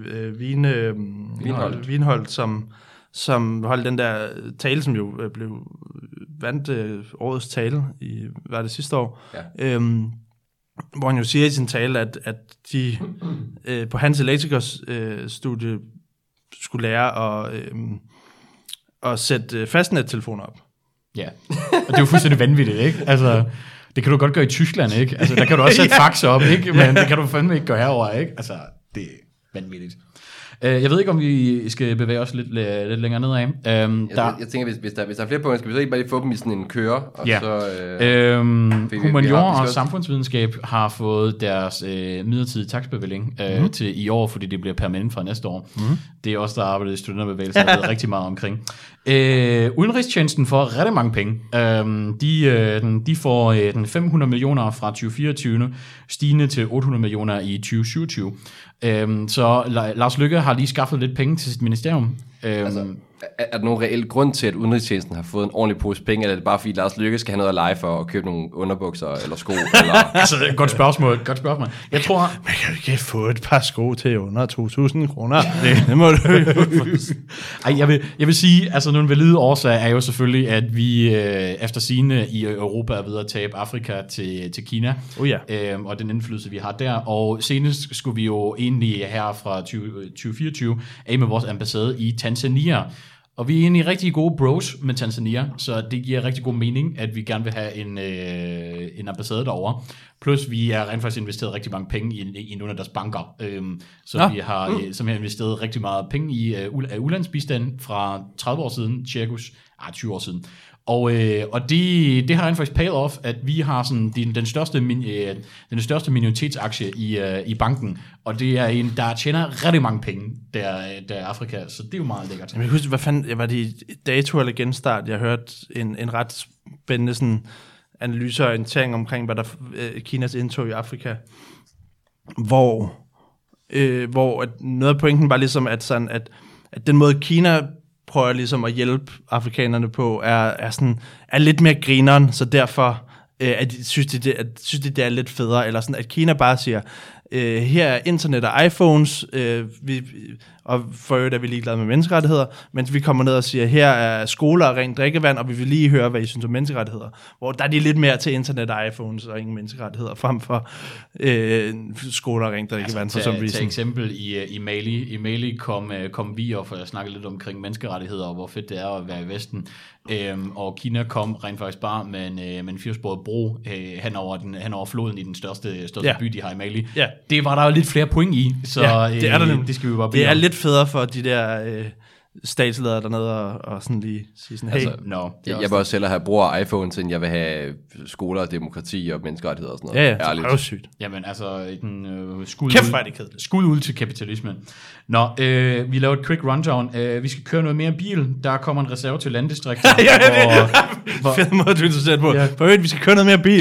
[SPEAKER 2] Wienholt, som holdt den der tale, som jo blev vandt årets tale var det sidste år, hvor han jo siger i sin tale, at de på hans elektrikers studie skulle lære at sætte fastnettelefoner op.
[SPEAKER 4] Ja, og det er jo fuldstændig vanvittigt, ikke? Altså, det kan du godt gøre i Tyskland, ikke? Altså, der kan du også sætte fax op, ikke? Men det kan du fandme ikke gøre herover, ikke? Altså, det er vanvittigt. Jeg ved ikke, om vi skal bevæge os lidt længere nedad.
[SPEAKER 3] Jeg tænker, hvis der er flere punkter, skal vi så ikke bare lige få dem i sådan en køre? Og
[SPEAKER 4] så, humaniora og samfundsvidenskab har fået deres midlertidige takstbevilling til i år, fordi det bliver permanent fra næste år. Det er også der arbejder i studenterbevægelsen, der ved rigtig meget omkring. Udenrigstjenesten får rigtig mange penge. De får 500 millioner fra 2024, stigende til 800 millioner i 2027. Så Lars Løkke har lige skaffet lidt penge til sit ministerium.
[SPEAKER 3] Er der nogen reel grund til, at udenrigstjenesten har fået en ordentlig pose penge, eller er det bare fordi Lars Løkke skal have noget at lege for at købe nogle underbukser eller sko? Eller?
[SPEAKER 4] Altså, godt spørgsmål. Jeg tror...
[SPEAKER 2] Man kan jo ikke få et par sko til under 2.000 kroner. Det må du jo.
[SPEAKER 4] Jeg vil sige, altså nogle valide årsager er jo selvfølgelig, at vi efter sigende i Europa er ved at tabe Afrika til Kina. Og den indflydelse, vi har der. Og senest skulle vi jo egentlig her fra 2024 af med vores ambassade i Tanzania. Og vi er egentlig rigtig gode bros med Tanzania, så det giver rigtig god mening, at vi gerne vil have en ambassade derovre. Plus vi har rent faktisk investeret rigtig mange penge i nogle af deres banker. Vi har investeret rigtig meget penge i ulandsbistand fra 30 år siden, cirkus 20 år siden. Og det har rent faktisk paid off, at vi har sådan den største minoritetsaktie i banken, og det er en, der tjener rigtig mange penge, der er Afrika, så det er jo meget lækkert.
[SPEAKER 2] Jeg husker, hvad fanden, var det i Dato eller Genstart, jeg hørte en ret spændende sådan analyse og orientering omkring, hvad der Kinas indtog i Afrika, hvor at noget af pointen var ligesom, at den måde Kina prøver ligesom at hjælpe afrikanerne på, er lidt mere grineren, så derfor synes de, det er lidt federe, eller sådan, at Kina bare siger, her er internet og iPhones, og for øvrigt er vi ligeglade med menneskerettigheder, mens vi kommer ned og siger, her er skoler og rent drikkevand, og vi vil lige høre, hvad I synes om menneskerettigheder. Hvor der er de lidt mere til internet og iPhones og ingen menneskerettigheder, frem for skoler og rent drikkevand.
[SPEAKER 4] Altså, til eksempel i Mali. I Mali kom vi og snakkede lidt omkring menneskerettigheder, og hvor fedt det er at være i Vesten. Og Kina kom rent faktisk bare med en 4-sporet bro hen over floden i den største by, de har i Mali. Ja. Det var der jo lidt flere point i, så
[SPEAKER 2] det er der
[SPEAKER 4] det skal vi bare
[SPEAKER 2] blive. Det er lidt federe for de der statsledere dernede og sådan lige sige sådan, hey.
[SPEAKER 3] Altså, jeg vil også hellere have bruger iPhone, end jeg vil have skoler og demokrati og menneskerettigheder og sådan noget.
[SPEAKER 2] Ja, det er jo sygt.
[SPEAKER 4] Jamen altså,
[SPEAKER 2] skud
[SPEAKER 4] ud til kapitalismen. Nå, vi laver et quick rundown. Vi skal køre noget mere bil. Der kommer en reserve til landdistrikter.
[SPEAKER 2] Fed måde, du er interesseret på. For øvrigt, vi skal køre noget mere bil.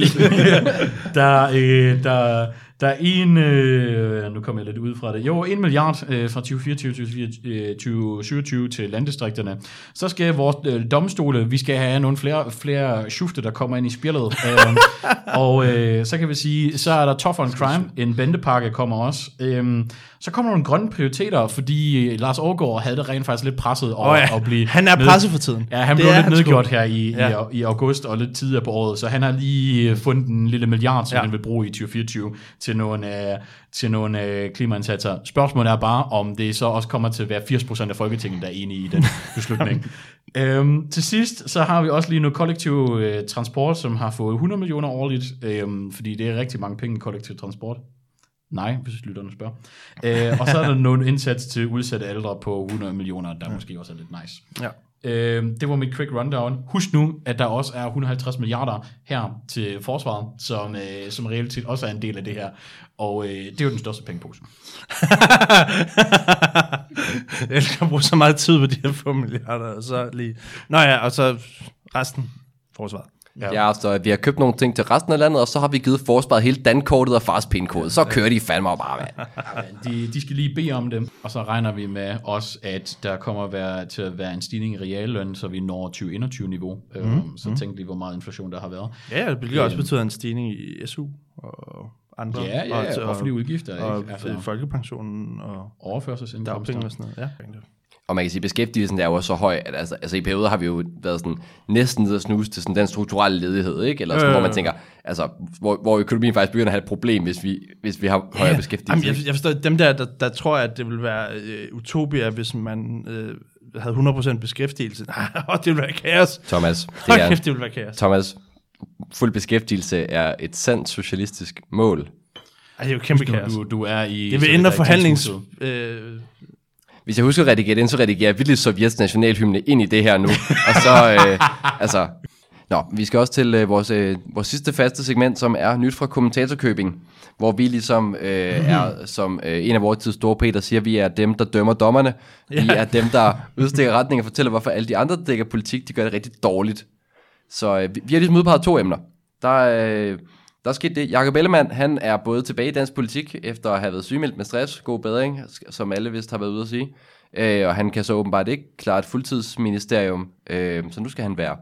[SPEAKER 4] Der er nu kommer jeg lidt ud fra det. 1 milliard fra 2024 til 2027 til landdistrikterne. Så skal vores domstole, vi skal have nogle flere schufte, der kommer ind i spillet. Så kan vi sige, så er der Tough on Crime, en bandepakke kommer også. Så kommer nogle grønne prioriteter, fordi Lars Aagaard havde det rent faktisk lidt presset over at blive...
[SPEAKER 2] Han er presset for tiden.
[SPEAKER 4] Ja, han blev lidt nedgjort her i august og lidt tidligere på året, så han har lige fundet en lille milliard, som han vil bruge i 2024 til nogle klimaindsatser. Spørgsmålet er bare, om det så også kommer til at være 80% af Folketinget, der er enige i den beslutning. Til sidst, så har vi også lige noget kollektiv transport, som har fået 100 millioner årligt, fordi det er rigtig mange penge i kollektiv transport. Nej, hvis lytterne spørger. Og så er der nogle indsats til udsatte ældre på 100 millioner, der måske også er lidt nice. Ja. Det var mit quick rundown. Husk nu, at der også er 150 milliarder her til forsvaret, som reelt set også er en del af det her. Og det er jo den største pengepose.
[SPEAKER 2] Jeg skal bruge så meget tid på de her 5 milliarder, og så lige... og så resten forsvaret.
[SPEAKER 3] Ja, så vi har købt nogle ting til resten af landet, og så har vi givet forsvaret hele dankortet og fars pin-kode. Så kører de fandme bare, mand.
[SPEAKER 4] De skal lige bede om det, og så regner vi med også, at der kommer til at være en stigning i realløn, så vi når 2021-niveau. Så tænk lige, hvor meget inflation der har været.
[SPEAKER 2] Ja, det bliver også betydet en stigning i SU og andre.
[SPEAKER 4] Ja, offentlige udgifter.
[SPEAKER 2] Og folkepensionen og
[SPEAKER 4] overførselsindkomster.
[SPEAKER 2] Og sådan noget. Ja.
[SPEAKER 3] Og man kan sige, at beskæftigelsen er jo også så høj, at altså i perioder har vi jo været sådan, næsten ned og snuse til sådan den strukturelle ledighed, ikke? Eller sådan, hvor man tænker, altså, hvor økonomien faktisk begynder at have et problem, hvis vi har højere beskæftigelse.
[SPEAKER 2] Jamen, jeg forstår, dem der tror, at det vil være utopia, hvis man havde 100% beskæftigelse. Det vil være kaos.
[SPEAKER 3] Thomas,
[SPEAKER 2] det vil være kaos.
[SPEAKER 3] Thomas, fuld beskæftigelse er et sandt socialistisk mål.
[SPEAKER 2] Det er jo kæmpe kaos.
[SPEAKER 4] Du er i...
[SPEAKER 2] Det vil ændre forhandlings...
[SPEAKER 3] Hvis jeg husker at redigere den, så redigerer jeg virkelig Sovjets nationalhymne ind i det her nu. Og så, vi skal også til vores sidste faste segment, som er nyt fra Kommentatorkøbing, hvor vi ligesom er, som en af vores tids store Peter siger, vi er dem, der dømmer dommerne. Vi er dem, der udstikker retning og fortæller, hvorfor alle de andre, der dækker politik, de gør det rigtig dårligt. Så vi har ligesom udpeget 2 emner. Der er sket det. Jakob Ellemann, han er både tilbage i dansk politik, efter at have været sygemeldt med stress, god bedring, som alle vist har været ude at sige. Og han kan så åbenbart ikke klare et fuldtidsministerium, så nu skal han være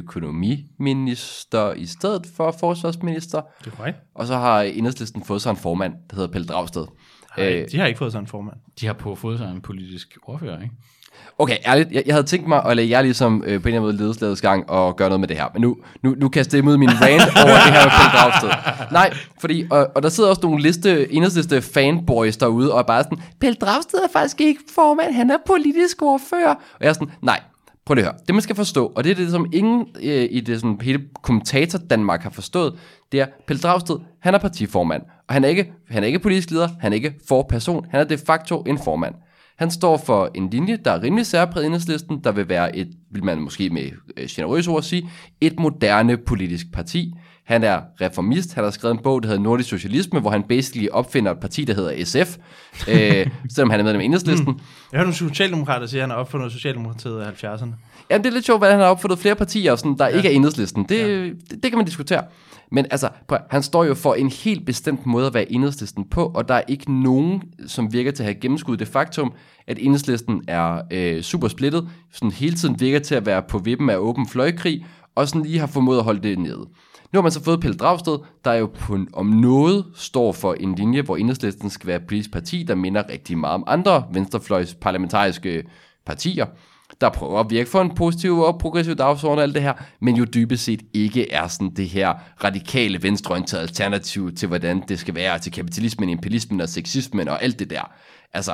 [SPEAKER 3] økonomiminister i stedet for forsvarsminister.
[SPEAKER 2] Det er korrekt.
[SPEAKER 3] Og så har Enhedslisten fået sig en formand, der hedder Pelle Dragsted.
[SPEAKER 2] De har ikke fået sig en formand.
[SPEAKER 4] De har fået sig en politisk ordfører, ikke?
[SPEAKER 3] Okay, ærligt, jeg havde tænkt mig at lade jer ligesom på en eller anden måde ledeslagets gang og gøre noget med det her. Men nu kan jeg stemme ud min rant over det her med Pelle Dragsted. Nej, fordi, og der sidder også nogle enhedsliste fanboys derude og er bare sådan, Pelle Dragsted er faktisk ikke formand, han er politisk ordfører. Og jeg er sådan, nej, prøv lige at høre. Det man skal forstå, og det er det, som ingen i det sådan, hele kommentator Danmark har forstået, det er, Pelle Dragsted, han er partiformand. Og han er ikke politisk leder, han er ikke forperson, han er de facto en formand. Han står for en linje, der er rimelig særpræget Enhedslisten, der vil være vil man måske med generøse ord sige, et moderne politisk parti. Han er reformist, han har skrevet en bog, der hedder Nordisk Socialisme, hvor han basically opfinder et parti, der hedder SF, selvom han er medlem af Enhedslisten.
[SPEAKER 2] Jeg hørte nogle socialdemokrater sige, at han har opfundet Socialdemokratiet i 70'erne.
[SPEAKER 3] Jamen, det er lidt sjovt, hvordan han har opfundet flere partier, sådan, der ikke er Enhedslisten. Det kan man diskutere. Men altså, han står jo for en helt bestemt måde at være Enhedslisten på, og der er ikke nogen, som virker til at have gennemskuddet det faktum, at Enhedslisten er super splittet, sådan hele tiden virker til at være på vippen af åben fløjkrig, og sådan lige har formået at holde det nede. Nu har man så fået Pelle Dragsted, der jo om noget står for en linje, hvor Enhedslisten skal være et politisk parti, der minder rigtig meget om andre venstrefløjs parlamentariske partier, der prøver at virke for en positiv og progressiv dagsorden og alt det her, men jo dybest set ikke er sådan det her radikale venstreorienterede alternativ til, hvordan det skal være til kapitalismen, imperialismen og sexismen og alt det der. Altså,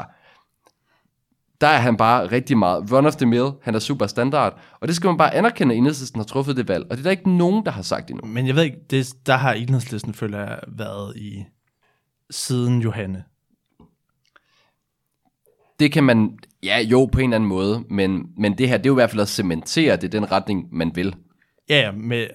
[SPEAKER 3] der er han bare rigtig meget run of the mill, han er super standard, og det skal man bare anerkende, at Enhedslisten har truffet det valg, og det er der ikke nogen, der har sagt endnu.
[SPEAKER 2] Men jeg ved ikke, der har Enhedslisten føler jeg været i siden Johanne.
[SPEAKER 3] Det kan man, på en eller anden måde, men det her, det er jo i hvert fald at cementere, det er den retning, man vil.
[SPEAKER 2] Ja,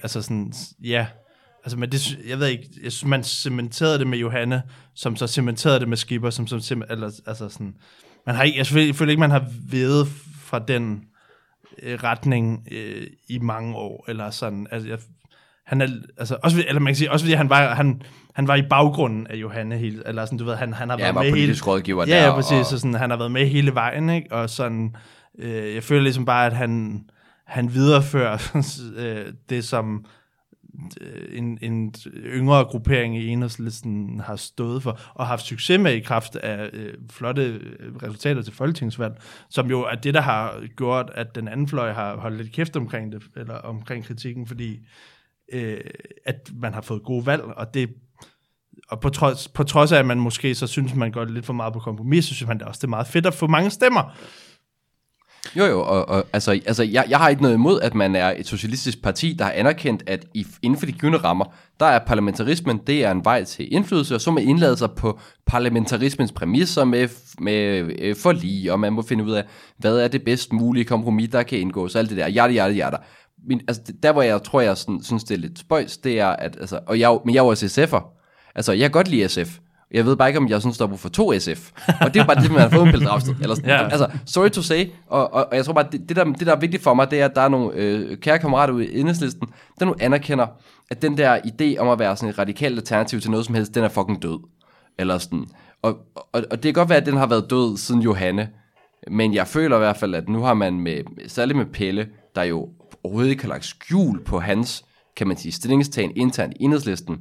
[SPEAKER 2] men det, jeg ved ikke, jeg synes, man cementerede det med Johanne, som så cementerede det med Skipper, man har ikke, jeg føler ikke, man har vedet fra den retning i mange år, eller sådan, han er, altså, eller man kan sige, også fordi han var i baggrunden af Johanne hele, eller sådan, du ved, han har været med hele,
[SPEAKER 3] rådgiver
[SPEAKER 2] der. Ja, præcis, så sådan, han har været med hele vejen, ikke, og sådan, jeg føler ligesom bare, at han viderefører det, som en yngre gruppering i Enhedslisten har stået for, og haft succes med i kraft af flotte resultater til folketingsvalg, som jo er det, der har gjort, at den anden fløj har holdt lidt kæft omkring det, eller omkring kritikken, fordi at man har fået gode valg, og på trods af, at man måske så synes, man går lidt for meget på kompromis, så synes man det også, det er meget fedt at få mange stemmer.
[SPEAKER 3] Jo, og altså jeg har ikke noget imod, at man er et socialistisk parti, der har anerkendt, at inden for de givne rammer, der er parlamentarismen, det er en vej til indflydelse, og så man indlade sig på parlamentarismens præmisser med forlig, og man må finde ud af, hvad er det bedst mulige kompromis, der kan indgås, alt det der, jada. Men altså, der hvor jeg tror, jeg synes, det er lidt spøjs, det er, at, altså, men jeg er jo også SF'er, altså jeg kan godt lide SF, jeg ved bare ikke, om jeg synes, der er brug for 2 SF. Og det er bare det, man har fået med Pelle Dragsted. Eller sådan. Ja. Altså, sorry to say. Og jeg tror bare, det der er vigtigt for mig, det er, at der er nogle kære kammerater ude i Enhedslisten, der nu anerkender, at den der idé om at være sådan et radikalt alternativ til noget som helst, den er fucking død. Eller sådan. Og det kan godt være, at den har været død siden Johanne. Men jeg føler i hvert fald, at nu har man særligt med Pelle, der jo overhovedet ikke har lagt skjul på hans, kan man sige, stillingstagen internt i Enhedslisten,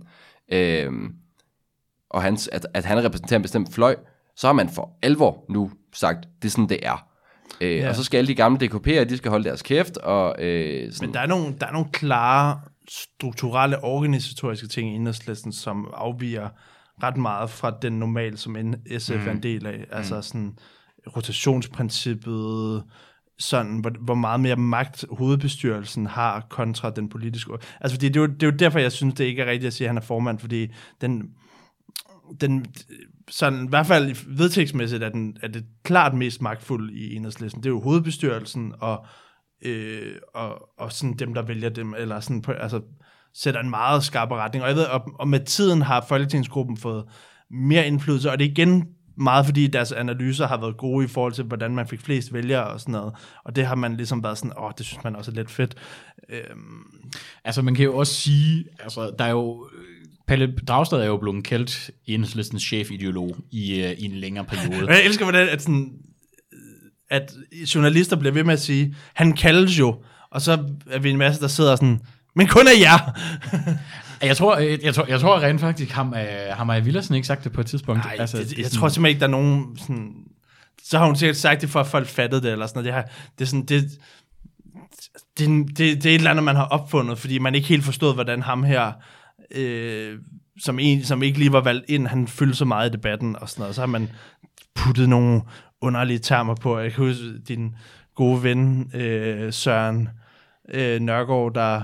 [SPEAKER 3] og at han repræsenterer en bestemt fløj, så har man for alvor nu sagt, det er sådan, det er. Og så skal alle de gamle DKP'er, de skal holde deres kæft. Og, sådan.
[SPEAKER 2] Men der er nogle klare, strukturelle, organisatoriske ting i Enhedslisten, som afviger ret meget fra den normal, som SF er en del af. Altså sådan rotationsprincippet, sådan, hvor meget mere magt hovedbestyrelsen har kontra den politiske. Altså, fordi det er jo derfor, jeg synes, det ikke er rigtigt at sige, at han er formand, fordi sådan, i hvert fald vedtægtsmæssigt er det klart mest magtfulde i Enhedslisten. Det er jo hovedbestyrelsen og sådan dem, der vælger dem, eller sådan altså sætter en meget skarp retning. Og jeg ved, og med tiden har Folketingsgruppen fået mere indflydelse, og det er igen meget fordi deres analyser har været gode i forhold til, hvordan man fik flest vælgere og sådan noget. Og det har man ligesom været sådan, det synes man også er lidt fedt.
[SPEAKER 4] Altså man kan jo også sige, altså der er jo, Pelle Dragsted er jo blevet kaldt Enhedslistens chefideolog i en længere periode.
[SPEAKER 2] Jeg elsker, hvordan at journalister bliver ved med at sige, han kaldes jo, og så er vi en masse, der sidder sådan, men kun af jer.
[SPEAKER 4] Jeg tror rent faktisk, har Maja Villersen ikke sagt det på et tidspunkt.
[SPEAKER 2] Nej, altså, jeg tror simpelthen ikke, der er nogen sådan, så har hun sikkert sagt det, for at folk fattede det, eller sådan noget. Det er et eller andet, man har opfundet, fordi man ikke helt forstod, hvordan ham her, som ikke lige var valgt ind, han fyldte så meget i debatten og sådan noget. Så har man puttet nogle underlige termer på. Jeg kan huske din gode ven, Søren Nørgaard, der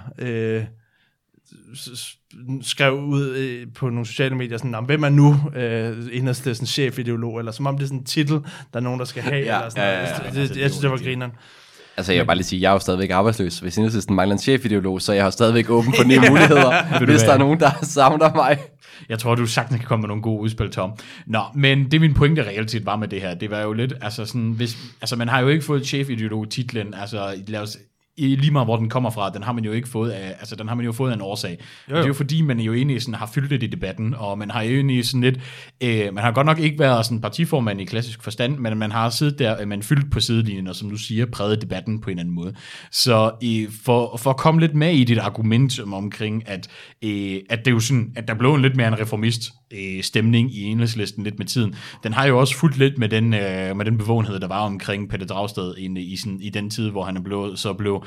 [SPEAKER 2] skrev ud på nogle sociale medier sådan, hvem er nu Enhedslistens chefideolog, eller som om det er sådan en titel, der er nogen, der skal have, eller sådan noget. Jeg synes, det var grineren.
[SPEAKER 3] Altså, jeg vil bare lige sige, jeg er jo stadigvæk arbejdsløs. Hvis Enhedslisten mangler en chefideolog, så jeg har stadigvæk åben for nye muligheder, hvis der er nogen, der savner mig.
[SPEAKER 4] Jeg tror, du sagtens kan komme med nogle gode udspil, Tom. Nå, men det min pointe reelt set var med det her, det var jo lidt, altså sådan, man har jo ikke fået chefideolog-titlen, altså lad os lige meget hvor den kommer fra, den har man jo ikke fået af, altså den har man jo fået af en årsag. Jo. Det er jo fordi, man jo egentlig sådan har fyldt det i debatten, og man har jo egentlig sådan lidt, man har godt nok ikke været sådan partiformand i klassisk forstand, men man har siddet der, man fyldt på sidelinjen, og som du siger, præget debatten på en anden måde. Så for at komme lidt med i dit argument omkring, at det er jo sådan, at der blev en lidt mere en reformist stemning i Enhedslisten lidt med tiden, den har jo også fulgt lidt med den bevågenhed, der var omkring Pelle Dragsted i den tid, hvor han blev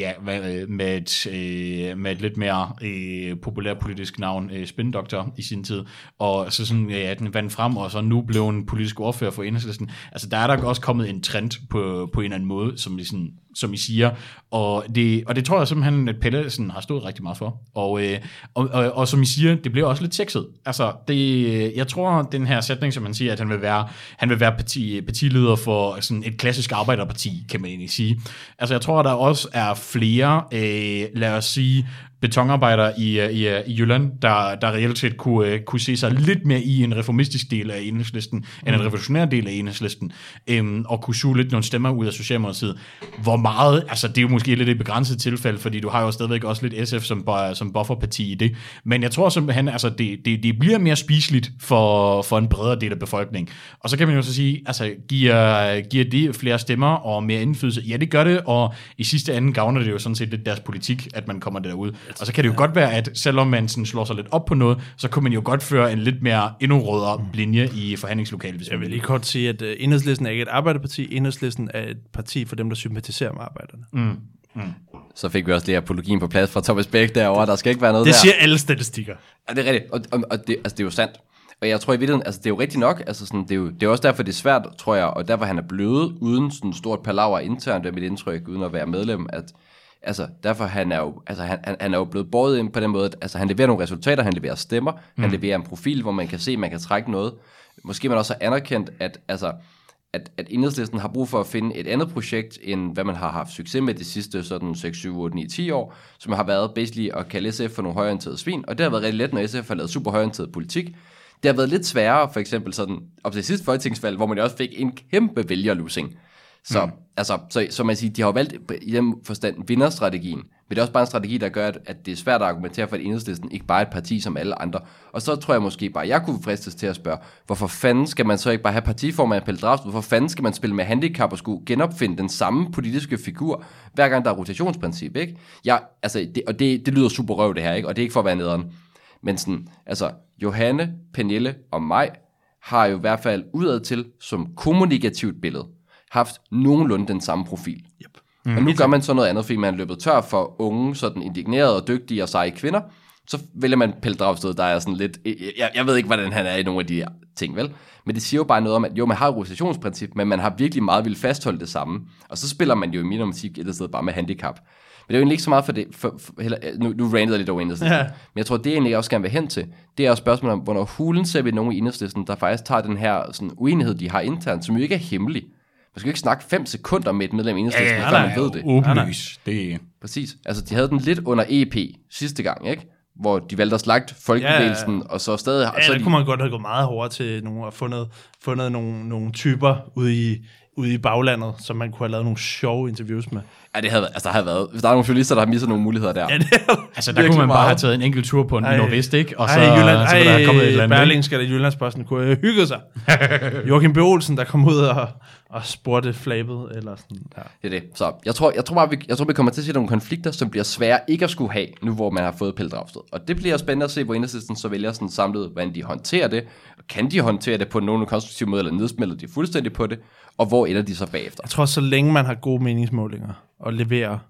[SPEAKER 4] med et lidt mere populær politisk navn, spindoktor i sin tid, og så sådan, den vandt frem, og så nu blev en politisk ordfører for Enhedslisten. Altså, der er der også kommet en trend på en eller anden måde, som I siger, og det tror jeg simpelthen, at Pelle sådan har stået rigtig meget for, og som I siger, det bliver også lidt sexet. Altså, jeg tror, den her sætning, som man siger, at han vil være partileder for sådan et klassisk arbejderparti, kan man egentlig sige. Altså, jeg tror, der også er flere, lad os sige, betonarbejdere i Jylland, der reelt set kunne se sig lidt mere i en reformistisk del af Enhedslisten, end en revolutionær del af Enhedslisten, og kunne suge lidt nogle stemmer ud af Socialdemokratiet. Hvor meget, altså det er jo måske lidt et begrænset tilfælde, fordi du har jo stadigvæk også lidt SF som bufferparti i det, men jeg tror simpelthen, altså det bliver mere spiseligt for en bredere del af befolkningen. Og så kan man jo så sige, altså giver det flere stemmer og mere indflydelse? Ja, det gør det, og i sidste ende gavner det jo sådan set lidt deres politik, at man kommer derud. Og så kan det jo godt være, at selvom man sådan slår sig lidt op på noget, så kunne man jo godt føre en lidt mere endnu rødere linje i forhandlingslokalet.
[SPEAKER 2] Jeg vil lige kort sige, at Enhedslisten er ikke et arbejderparti. Enhedslisten er et parti for dem, der sympatiserer med arbejderne.
[SPEAKER 3] Så fik vi også lige apologien på plads fra Thomas Bæk derovre. Der skal ikke være noget
[SPEAKER 2] det
[SPEAKER 3] der.
[SPEAKER 2] Det siger alle statistikker.
[SPEAKER 3] Ja, det er rigtigt. Og det er jo sandt. Og jeg tror i virkeligheden, altså det er jo rigtigt nok, altså sådan, det er også derfor, det er svært, tror jeg, og derfor han er blevet uden sådan stort palaver internt, det er mit indtryk, uden at være medlem, at altså, derfor han er jo blevet båret ind på den måde, at altså, han leverer nogle resultater, han leverer stemmer, han leverer en profil, hvor man kan se, man kan trække noget. Måske man også har anerkendt, at Enhedslisten har brug for at finde et andet projekt, end hvad man har haft succes med de sidste sådan 6, 7, 8, 9, 10 år, som har været basically at kalde SF for nogle højorienterede svin, og det har været rigtig let, når SF har lavet super højorienteret politik. Det har været lidt sværere, for eksempel sådan, op til sidste folketingsvalg, hvor man også fik en kæmpe vælgerlusing. Så man siger, de har jo valgt i den forstand vinderstrategien, men det er også bare en strategi, der gør, at det er svært at argumentere for, at Enhedslisten ikke bare er et parti som alle andre. Og så tror jeg måske bare, jeg kunne fristes til at spørge, hvorfor fanden skal man så ikke bare have partiformand Pelle Dragsted? Hvorfor fanden skal man spille med handicap og skulle genopfinde den samme politiske figur, hver gang der er rotationsprincip, ikke? Det lyder super røv det her, ikke? Og det er ikke for at være nederen. Men sådan, altså, Johanne, Pernille og mig har jo i hvert fald udadtil som kommunikativt billede haft nogenlunde den samme profil. Yep. Og nu gør man så noget andet, fordi man er løbet tør for unge, sådan indignerede og dygtige og seje kvinder, så vælger man Pelle Dragsted, der er sådan lidt, jeg ved ikke, hvordan han er i nogle af de her ting, vel? Men det siger jo bare noget om, at jo, man har et rotationsprincip, men man har virkelig meget vil fastholde det samme. Og så spiller man jo i min musik et sted bare med handicap. Men det er jo egentlig ikke så meget for det, nu randede jeg lidt over Enhedslisten, men jeg tror, det jeg egentlig også gerne vil hen til, det er jo spørgsmålet om, hvornår hulen ser vi nogen i Enhedslisten, der faktisk tager den her sådan, uenighed, de har internt, som jo ikke er hemmelig. Man skal jo ikke snakke 5 sekunder med et medlem af Enhedslisten, før man ved det.
[SPEAKER 4] Åbenlys. Det.
[SPEAKER 3] Præcis. Altså, de havde den lidt under EP sidste gang, ikke? Hvor de valgte at slagte folkebevægelsen, og så stadig...
[SPEAKER 2] Ja, der kunne man godt have gået meget hårdere til nogle, og fundet nogle typer ude i baglandet, som man kunne have lavet nogle sjove interviews med.
[SPEAKER 3] Ja, det havde været... Hvis der er nogle journalister, der har misset nogle muligheder der.
[SPEAKER 2] Ja,
[SPEAKER 4] altså, der kunne man bare have taget en enkelt tur på en Nordvest, ikke? Og så kunne der have kommet et eller andet.
[SPEAKER 2] Berlingske eller Jyllandsposten kunne have hygget sig. Joachim B. Olsen, der kom ud og spurgte flabet, eller sådan. Ja.
[SPEAKER 3] Det er det. Så jeg tror bare, vi kommer til at se nogle konflikter, som bliver svære ikke at skulle have, nu hvor man har fået Pelle Dragsted. Og det bliver spændende at se, hvor Enhedslisten så vælger sådan samlet, hvordan de håndterer det. Og kan de håndtere det på nogen konstruktiv måde, eller nedsmelter de fuldstændig på det? Og hvor ender de så bagefter?
[SPEAKER 2] Jeg tror, så længe man har gode meningsmålinger og leverer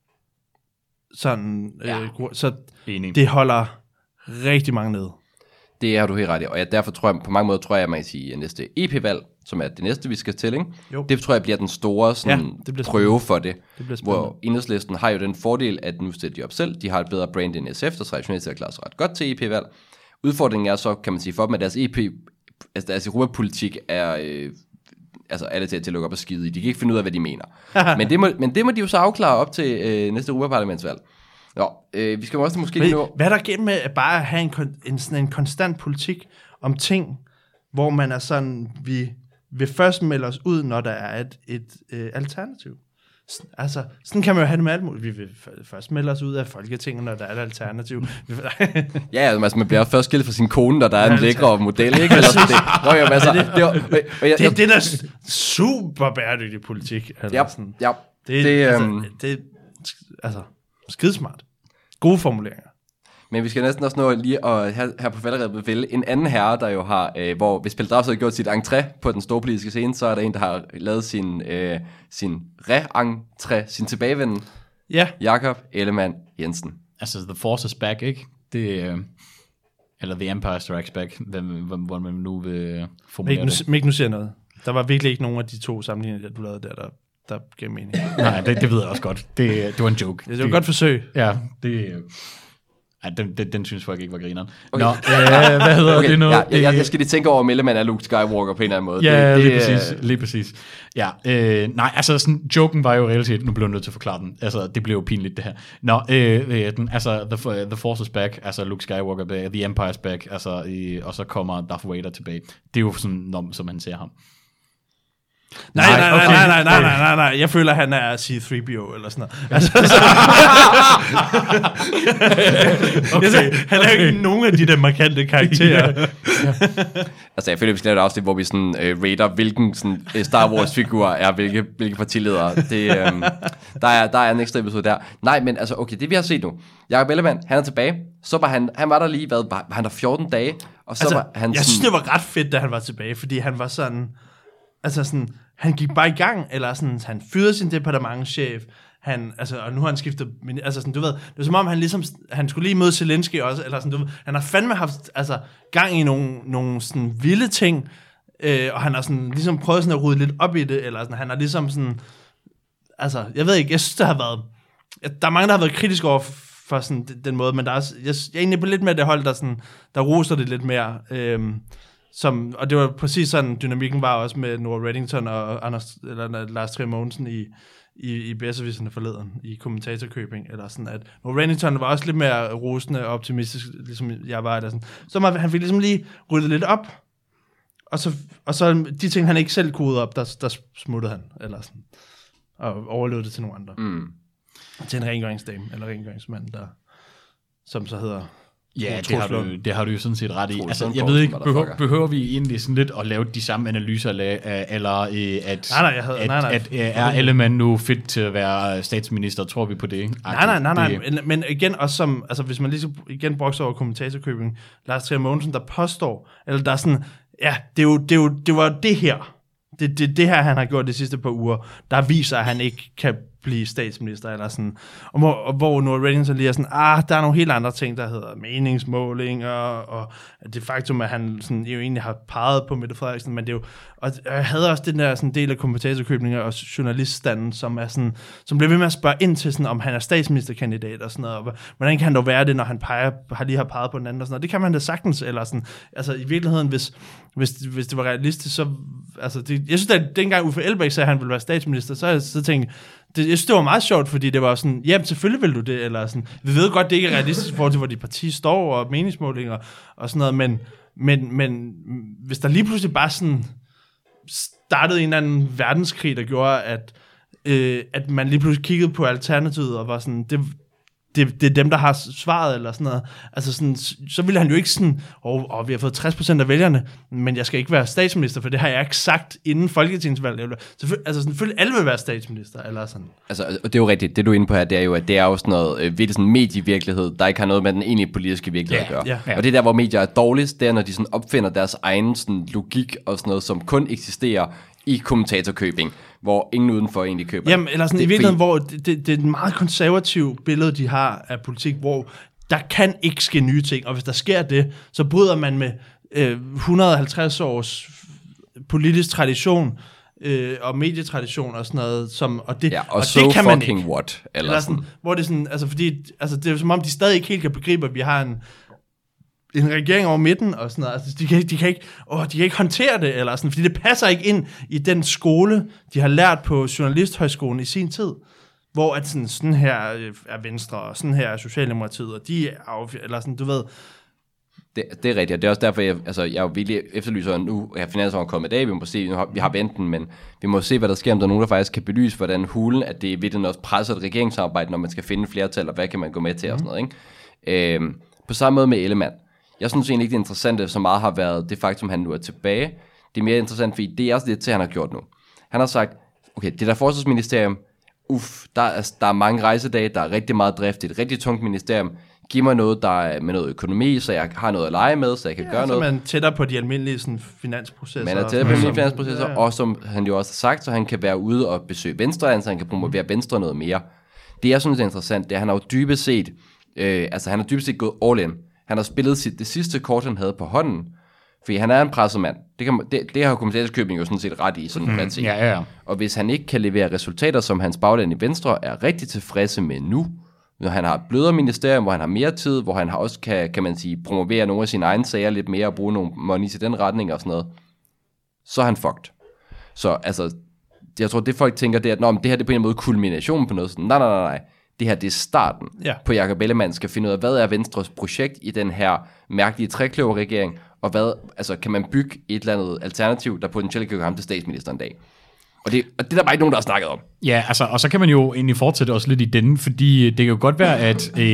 [SPEAKER 2] sådan, så det holder rigtig mange nede.
[SPEAKER 3] Det har du helt ret i, og derfor tror jeg, på mange måder tror jeg, at man kan sige, at næste EP-valg, som er det næste, vi skal til, ikke? Det tror jeg bliver den store sådan, prøve for det hvor Enhedslisten har jo den fordel, at nu stiller de op selv, de har et bedre brand end SF, der traditionelt set har klaret sig ret godt til EP-valg. Udfordringen er så, kan man sige, for dem, at deres EP, altså deres europapolitik er... altså alle til at lukke op og skide i. De kan ikke finde ud af, hvad de mener. men det må de jo så afklare op til næste Europaparlamentsvalg. Nå, vi skal også måske nå...
[SPEAKER 2] Hvad er der gennem med at bare have en konstant politik om ting, hvor man er sådan, vi vil først melde os ud, når der er et alternativ. Altså, sådan kan man jo have det med alt muligt. Vi vil først melde os ud af Folketinget, når der er et alternativ.
[SPEAKER 3] Ja, altså man bliver først skilt fra sin kone, når der er en lækker model, ikke? Eller sådan det.
[SPEAKER 2] Det er det, der er super bæredygtig politik.
[SPEAKER 3] Ja.
[SPEAKER 2] Det er altså skidesmart. Gode formuleringer.
[SPEAKER 3] Men vi skal næsten også nå lige at her på falderebet vælge en anden herre, der jo har, hvor hvis Pelle Dragsted har gjort sit entré på den store politiske scene, så er der en, der har lavet sin re-entré, sin tilbagevenden.
[SPEAKER 2] Ja.
[SPEAKER 3] Jakob Ellemann Jensen.
[SPEAKER 4] Altså, the force is back, ikke? Det eller the Empire Strikes Back, hvor man nu vil formulere det.
[SPEAKER 2] Mik, nu siger noget. Der var virkelig ikke nogen af de to sammenligninger, du lavede der gav mening.
[SPEAKER 4] Nej, det ved jeg også godt. Det var en joke.
[SPEAKER 2] Det var et godt forsøg.
[SPEAKER 4] Ja, det... Den synes folk ikke var grineren. Okay. Nå, hvad hedder det nu?
[SPEAKER 3] Jeg skal lige tænke over, om Ellemann er Luke Skywalker på en eller anden måde.
[SPEAKER 4] Ja, lige præcis. Ja, nej, altså sådan, joken var jo reelt set, nu blev jeg nødt til at forklare den. Altså, det blev jo pinligt, det her. Nå, the Force is back, altså Luke Skywalker back, the Empire is back, altså, og så kommer Darth Vader tilbage. Det er jo sådan, som man ser ham.
[SPEAKER 2] Nej. Jeg føler, han er C-3PO eller sådan noget. Altså, okay. Han er jo ikke nogen af de der markante karakterer.
[SPEAKER 3] Altså, jeg føler, vi skal lave et afsnit, hvor vi sådan rater, hvilken sådan, Star Wars-figur er, hvilke partiledere. Der er en ekstra episode der. Nej, men altså, okay, det vi har set nu. Jakob Ellemann, han er tilbage. Så var han var der lige, var han der 14 dage? Og så
[SPEAKER 2] altså,
[SPEAKER 3] var han
[SPEAKER 2] jeg synes, det var ret fedt, da han var tilbage, fordi han var sådan... Altså sådan, han gik bare i gang, eller sådan, han fyrede sin departementschef, og nu har han skiftet, altså sådan, du ved, det er som om, han skulle lige møde Zelensky også, eller sådan, du ved, han har fandme haft, altså, gang i nogle sådan vilde ting, og han har sådan, ligesom prøvet sådan at rydde lidt op i det, eller sådan, han har ligesom sådan, altså, jeg ved ikke, jeg synes, der har været, der er mange, der har været kritiske over for sådan den måde, men der er også, jeg er egentlig på lidt mere det hold, der roser det lidt mere, og det var præcis sådan, dynamikken var også med Nora Reddington og Lars Trier Mogensen i Besserwisserne forleden, i kommentatorkøbing, eller sådan, at Nora Reddington var også lidt mere rosende og optimistisk, ligesom jeg var, eller sådan. Så han fik ligesom lige ryddet lidt op, og så de ting, han ikke selv kunne rydde op, der smuttede han, eller sådan, og overlevede det til nogle andre. Til en rengøringsdame, eller rengøringsmand, som så hedder...
[SPEAKER 4] Ja, det har du jo sådan set ret i. Altså, jeg ved ikke, behøver vi egentlig sådan lidt at lave de samme analyser, eller er Ellemann nu fit til at være statsminister? Tror vi på det?
[SPEAKER 2] Nej. Men igen, også som, altså hvis man lige igen brokser over kommentatorkøbing, Lars Trier Mogensen, der påstår, eller der er sådan, ja, det var det her. Det her, han har gjort de sidste par uger, der viser, at han ikke kan blive statsminister, eller sådan, og hvor Noah Redding så lige er sådan, der er nogle helt andre ting, der hedder meningsmålinger, og det faktum, at han sådan, jo egentlig har peget på Mette Frederiksen, men det er jo, og jeg havde også den der sådan, del af kommentatorkøbninger og journaliststanden, som er sådan, som bliver ved med at spørge ind til, sådan, om han er statsministerkandidat og sådan noget, og hvordan kan han dog være det, når han lige har peget på den anden og sådan noget. Det kan man da sagtens, eller sådan, altså i virkeligheden, hvis det var realistisk, så, altså, jeg synes, at dengang Uffe Elbæk sagde, at han ville være statsminister, så tænkte jeg synes, det var meget sjovt, fordi det var sådan, jamen selvfølgelig vil du det, eller sådan, vi ved godt, det ikke er realistisk i forhold til, hvor de partier står, og meningsmålinger, og sådan noget, men hvis der lige pludselig bare sådan startede en eller anden verdenskrig, der gjorde, at man lige pludselig kiggede på alternativet, og var sådan, det er dem, der har svaret, eller sådan noget. Altså sådan, så ville han jo ikke sådan, vi har fået 60% af vælgerne, men jeg skal ikke være statsminister, for det har jeg ikke sagt inden folketingsvalget. Selvfølgelig alle vil være statsminister, eller sådan. Altså,
[SPEAKER 3] og det er jo rigtigt. Det du er inde på her, det er jo, at det er jo sådan noget virkelig sådan medievirkelighed, der ikke har noget med den egentlige politiske virkelighed at gøre. Ja. Og det er der, hvor medier er dårligst, det er, når de sådan opfinder deres egen sådan logik og sådan noget, som kun eksisterer i kommentatorkøbing, hvor ingen udenfor egentlig køber.
[SPEAKER 2] Jamen, eller sådan i virkeligheden, hvor det er et meget konservativt billede, de har af politik, hvor der kan ikke ske nye ting, og hvis der sker det, så bryder man med 150 års politisk tradition, og medietradition og sådan noget, og det
[SPEAKER 3] det kan man
[SPEAKER 2] ikke.
[SPEAKER 3] What?
[SPEAKER 2] Eller sådan, hvor det sådan, altså fordi, altså det er som om, de stadig ikke helt kan begribe, at vi har en regering over midten, og sådan noget. Altså, de kan ikke håndtere det, eller sådan, fordi det passer ikke ind i den skole, de har lært på Journalisthøjskolen i sin tid, hvor at sådan her er Venstre, og sådan her er Socialdemokratiet, og de er eller sådan, du ved.
[SPEAKER 3] Det er rigtigt, og det er også derfor, jeg er virkelig efterlyser nu, at finansåret kommet i dag, vi må se, vi har ventet den, men vi må se, hvad der sker, om der er nogen, der faktisk kan belyse, hvordan hulen, at det er virkelig også presser et regeringsarbejde, når man skal finde flertal, og hvad kan man gå med til, og sådan noget, ikke? På samme måde med Ellemann. Jeg synes egentlig ikke, det interessante så meget har været det faktum, han nu er tilbage. Det er mere interessant, fordi det er også det, han har gjort nu. Han har sagt, okay, det der forsvarsministerium, der er mange rejsedage, der er rigtig meget drift, det er et rigtig tungt ministerium. Giv mig noget, der er med noget økonomi, så jeg har noget at lege med, så jeg kan gøre noget.
[SPEAKER 2] Så man tættere på de almindelige sådan, finansprocesser.
[SPEAKER 3] Man er tættere på de almindelige finansprocesser, og som han jo også har sagt, så han kan være ude og besøge Venstre, så han kan promovere Venstre noget mere. Det jeg synes er interessant, det er, at han har jo dybest set gået all in. Han har spillet det sidste kort, han havde på hånden, fordi han er en pressemand. Det har kommentatorkøbning jo sådan set ret i, sådan bredt set.
[SPEAKER 4] Ja.
[SPEAKER 3] Og hvis han ikke kan levere resultater, som hans bagland i Venstre er rigtig tilfredse med nu, når han har et blødere ministerium, hvor han har mere tid, hvor han også kan man sige, promovere nogle af sine egne sager lidt mere, og bruge nogle money til den retning og sådan noget, så er han fucked. Så altså, jeg tror, det folk tænker, det er, at det her det er på en eller anden måde kulminationen på noget sådan. Nej. Det her, det er starten på Jakob Ellemann skal finde ud af, hvad er Venstres projekt i den her mærkelige trekløverregering, og kan man bygge et eller andet alternativ, der potentielt kan gøre ham til statsminister en dag. Og det er der bare ikke nogen, der har snakket om.
[SPEAKER 4] Ja, altså, og så kan man jo egentlig fortsætte også lidt i den, fordi det kan jo godt være,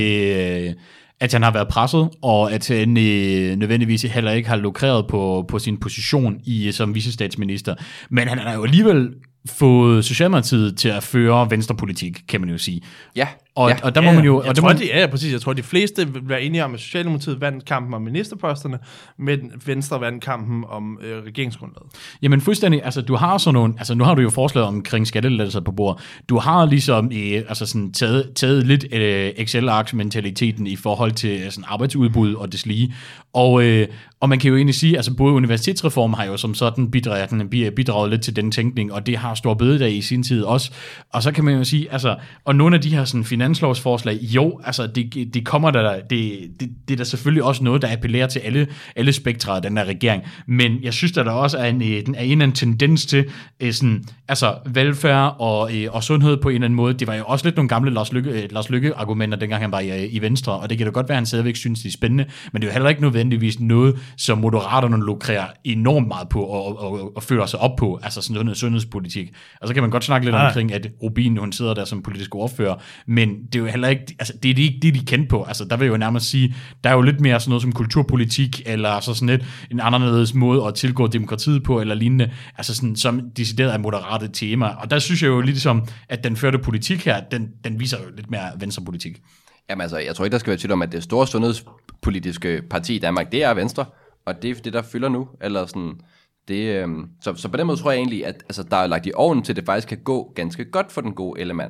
[SPEAKER 4] at han har været presset, og at han nødvendigvis heller ikke har lukreret på sin position som vicestatsminister. Men han har jo alligevel fået Socialdemokratiet til at føre venstrepolitik, kan man jo sige.
[SPEAKER 3] Ja.
[SPEAKER 4] Og der må man jo...
[SPEAKER 2] Præcis. Jeg tror, de fleste vil være enige om, at Socialdemokratiet vandt kampen om ministerposterne, men Venstre vandt kampen om regeringsgrundlaget.
[SPEAKER 4] Jamen fuldstændig. Altså, du har sådan nogle... Altså, nu har du jo forslaget omkring skattelettelser på bordet. Du har ligesom sådan taget lidt Excel-arks-mentaliteten i forhold til sådan arbejdsudbud og deslige. Og man kan jo egentlig sige, altså både universitetsreformen har jo som sådan bidraget lidt til den tænkning, og det har stor bededag i sin tid også. Og så kan man jo sige, altså, og nogle af de her sådan finanslovsforslag, jo, altså det kommer der, det er der selvfølgelig også noget, der appellerer til alle spektre af den der regering. Men jeg synes, der også er en tendens til sådan, altså velfærd og sundhed på en eller anden måde. Det var jo også lidt nogle gamle Lars Løkke-argumenter, dengang han var i Venstre, og det kan da godt være, at han stadigvæk synes, det er spændende, men det er jo heller ikke nødvendigvis noget, som Moderaterne lukrerer enormt meget på og fører sig op på, altså sådan noget sundhedspolitik. Og så kan man godt snakke lidt omkring, at Rubin, hun sidder der som politisk ordfører, men det er jo heller ikke, altså det er ikke det, de kender på. Altså der vil jeg jo nærmest sige, der er jo lidt mere sådan noget som kulturpolitik, eller så sådan lidt en anderledes måde at tilgå demokratiet på, eller lignende, altså sådan som decideret af moderate tema. Og der synes jeg jo ligesom, at den førte politik her, den viser jo lidt mere venstrepolitik.
[SPEAKER 3] Jamen altså, jeg tror ikke, der skal være tvivl om, at det store sundhedspolitiske parti i Danmark, det er Venstre, og det er det, der fylder nu, eller sådan, så på den måde tror jeg egentlig, at altså, der er lagt i ovnen til, at det faktisk kan gå ganske godt for den gode Ellemann.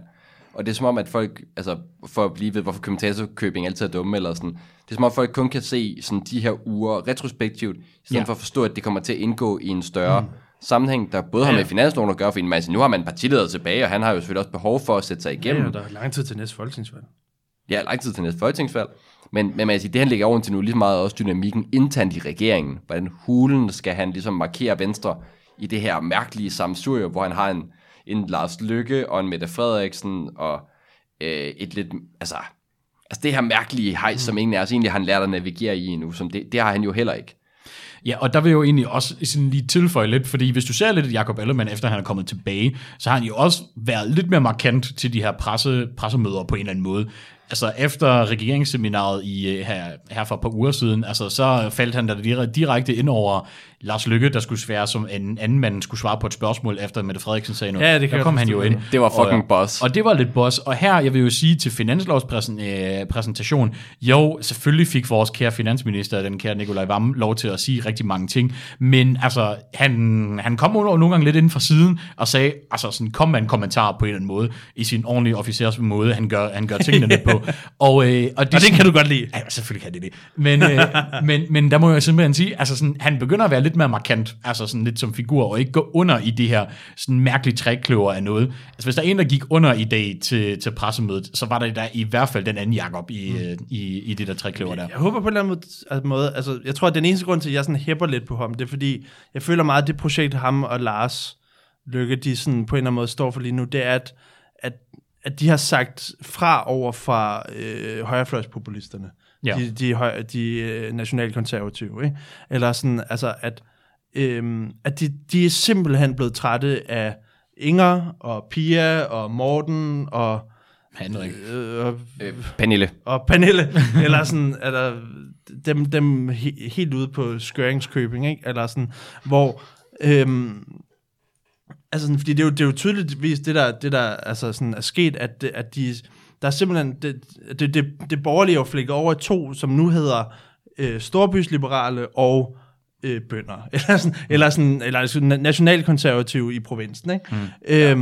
[SPEAKER 3] Og det er som om, at folk, altså for at blive ved, hvorfor kommentatorkøbing altid er dumme, eller sådan, det er som om, at folk kun kan se sådan de her uger retrospektivt, i stedet for at forstå, at det kommer til at indgå i en større sammenhæng, der både har med finansloven at gøre, for nu har man partileder tilbage, og han har jo selvfølgelig også behov for at sætte sig igennem.
[SPEAKER 2] Ja, der er lang tid til næste folketingsvalg.
[SPEAKER 3] Ja, lang tid til næste folketingsvalg. Men man siger, det han lægger over til nu, lige meget også dynamikken internt i regeringen. Hvordan hulen skal han ligesom markere Venstre i det her mærkelige samsurium, hvor han har en Lars Løkke og en Mette Frederiksen og et lidt, altså det her mærkelige hejs, som ingen af os egentlig har lært at navigere i endnu, som det har han jo heller ikke.
[SPEAKER 4] Ja, og der vil jeg jo egentlig også sådan lige tilføje lidt, fordi hvis du ser lidt Jakob Ellemann, efter han er kommet tilbage, så har han jo også været lidt mere markant til de her pressemøder på en eller anden måde. Altså efter regeringsseminaret her for et par uger siden, altså så faldt han der direkte ind over Lars Løkke, der skulle svære som en anden mand skulle svare på et spørgsmål, efter Mette Frederiksen sagde noget.
[SPEAKER 2] Ja, det
[SPEAKER 4] der kom han jo ind.
[SPEAKER 3] Det var fucking boss.
[SPEAKER 4] Og det var lidt boss. Og her, jeg vil jo sige til finanslovspræsentation, jo, selvfølgelig fik vores kære finansminister, den kære Nikolaj Wammen, lov til at sige rigtig mange ting, men altså, han kom nogle gange lidt inden for siden, og sagde, altså sådan, kom med en kommentar på en eller anden måde, i sin ordentlige officers måde, han gør tingene lidt på. Og det
[SPEAKER 2] kan du godt lide.
[SPEAKER 4] Ja, selvfølgelig kan det. Men der må jeg simpelthen sige, altså sådan, han begynder at være lidt mere markant, altså sådan lidt som figur, og ikke gå under i det her sådan mærkelige trækløver af noget. Altså hvis der er en, der gik under i dag til pressemødet, så var der i hvert fald den anden Jakob i det der trækløver der.
[SPEAKER 2] Jeg håber på en eller anden måde, altså jeg tror, at den eneste grund til, at jeg sådan hæpper lidt på ham, det er fordi, jeg føler meget, at det projekt, ham og Lars Løkke, de sådan på en eller anden måde står for lige nu, det er, at de har sagt fra over for højrefløjspopulisterne, de nationalkonservative, ikke? Eller sådan, altså at de er simpelthen blevet trætte af Inger og Pia og Morten og
[SPEAKER 4] Henrik.
[SPEAKER 3] Pernille.
[SPEAKER 2] Og Pernille, eller sådan, eller dem helt ude på Skøringskøbing, ikke? Eller sådan, hvor altså sådan, fordi det er jo tydeligvis det der altså sådan er sket, at de der er simpelthen det borgerlige er flækket over to, som nu hedder storbysliberale og bønder, eller sådan nationalkonservative i provinsen, ikke?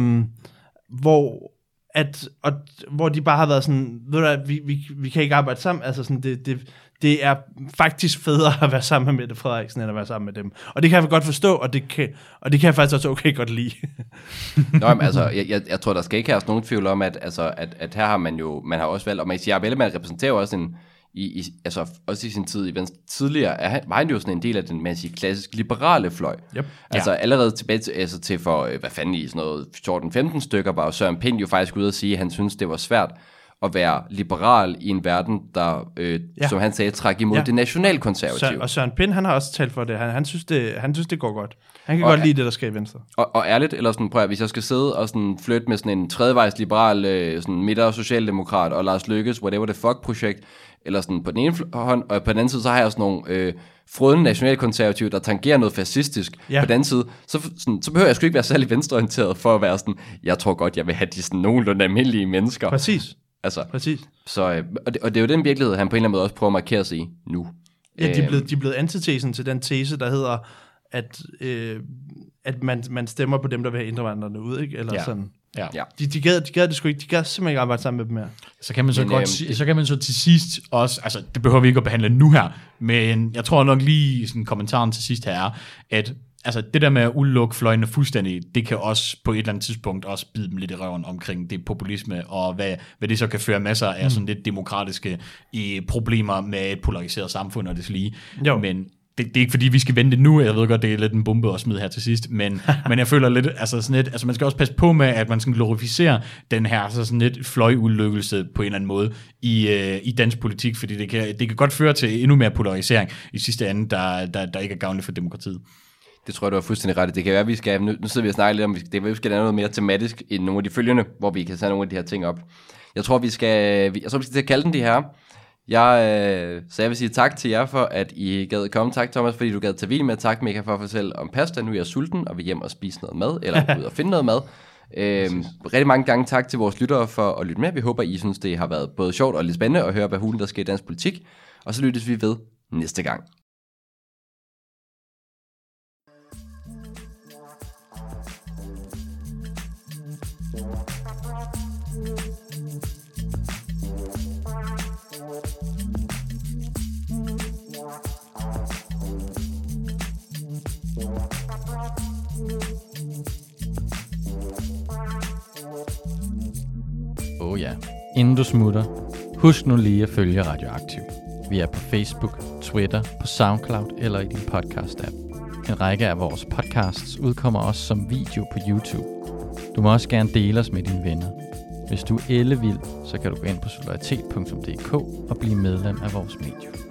[SPEAKER 2] Hvor de bare har været sådan, ved du, vi kan ikke arbejde sammen, altså sådan, det er faktisk federe at være sammen med Mette Frederiksen, end at være sammen med dem. Og det kan jeg godt forstå, og det kan jeg faktisk også okay godt lide.
[SPEAKER 3] Nå, men altså, jeg tror, der skal ikke have nogen tvivl om, at her har man har også valgt, og man siger, at Ellemann repræsenterer også altså også i sin tid i Venstre tidligere, var han jo sådan en del af den, man siger, klassisk liberale fløj.
[SPEAKER 2] Yep.
[SPEAKER 3] Altså allerede tilbage til for, hvad fanden i sådan noget 14-15 stykker, var Søren Pind jo faktisk ude at sige, at han synes det var svært at være liberal i en verden, der, som han sagde, træk imod det nationalkonservative.
[SPEAKER 2] Og Søren Pind, han har også talt for det. Han synes det går godt. Han kan godt lide det, der sker i Venstre.
[SPEAKER 3] Og ærligt, eller sådan, prøv at, hvis jeg skal sidde og sådan flytte med sådan en tredjevejs liberal, sådan midter- og socialdemokrat, og Lars Løkkes whatever the fuck projekt, eller sådan på den ene hånd, og på den anden side, så har jeg sådan nogle frødende nationalkonservative, der tangerer noget fascistisk. På den anden side, så behøver jeg sgu ikke være særlig venstreorienteret for at være sådan, jeg tror godt, jeg vil have de sådan nogenlunde almindelige mennesker.
[SPEAKER 2] Præcis.
[SPEAKER 3] Altså,
[SPEAKER 2] præcis.
[SPEAKER 3] Så, og det er jo den virkelighed, han på en eller anden måde også prøver at markere sig i nu.
[SPEAKER 2] Ja, de er blevet antitesen til den tese, der hedder, at man stemmer på dem, der vil have indvandrerne ud, ikke? Eller sådan.
[SPEAKER 3] Ja.
[SPEAKER 2] De gad det sgu ikke. De gad simpelthen ikke arbejde sammen med dem her.
[SPEAKER 4] Så kan man så til sidst også, altså det behøver vi ikke at behandle nu her, men jeg tror nok lige sådan kommentaren til sidst her er, at altså det der med at udelukke fløjene fuldstændig, det kan også på et eller andet tidspunkt også bide dem lidt i røven omkring det populisme, og hvad det så kan føre med sig af sådan lidt demokratiske problemer med et polariseret samfund og det lige. Men det er ikke fordi, vi skal vente nu. Jeg ved godt, det er lidt en bombe at smide her til sidst, men jeg føler lidt, altså man skal også passe på med, at man skal glorificere den her sådan lidt fløjulykkelse på en eller anden måde i dansk politik, fordi det kan godt føre til endnu mere polarisering i sidste ende, der ikke er gavnligt for demokratiet.
[SPEAKER 3] Det tror jeg, du har fuldstændig ret i. Det kan være, at vi skal, nu sidder vi og snakker lidt om, vi skal have noget mere tematisk end nogle af de følgende, hvor vi kan tage nogle af de her ting op. Jeg tror, vi skal til at kalde den de her. Så jeg vil sige tak til jer for, at I gad komme. Tak, Thomas, fordi du gad tage vildt med. Tak, Mika, for at fortælle om pasta. Nu er jeg sulten, og vil hjem og spise noget mad, eller ud og finde noget mad. Rigtig mange gange tak til vores lyttere for at lytte med. Vi håber, I synes, det har været både sjovt og lidt spændende at høre, hvad hulen der sker i dansk politik. Og så lyttes vi ved næste gang.
[SPEAKER 1] Ja. Inden du smutter, husk nu lige at følge Radioaktiv. Vi er på Facebook, Twitter, på SoundCloud eller i din podcast-app. En række af vores podcasts udkommer også som video på YouTube. Du må også gerne dele os med dine venner. Hvis du er ellevild, så kan du gå ind på solidaritet.dk og blive medlem af vores medie.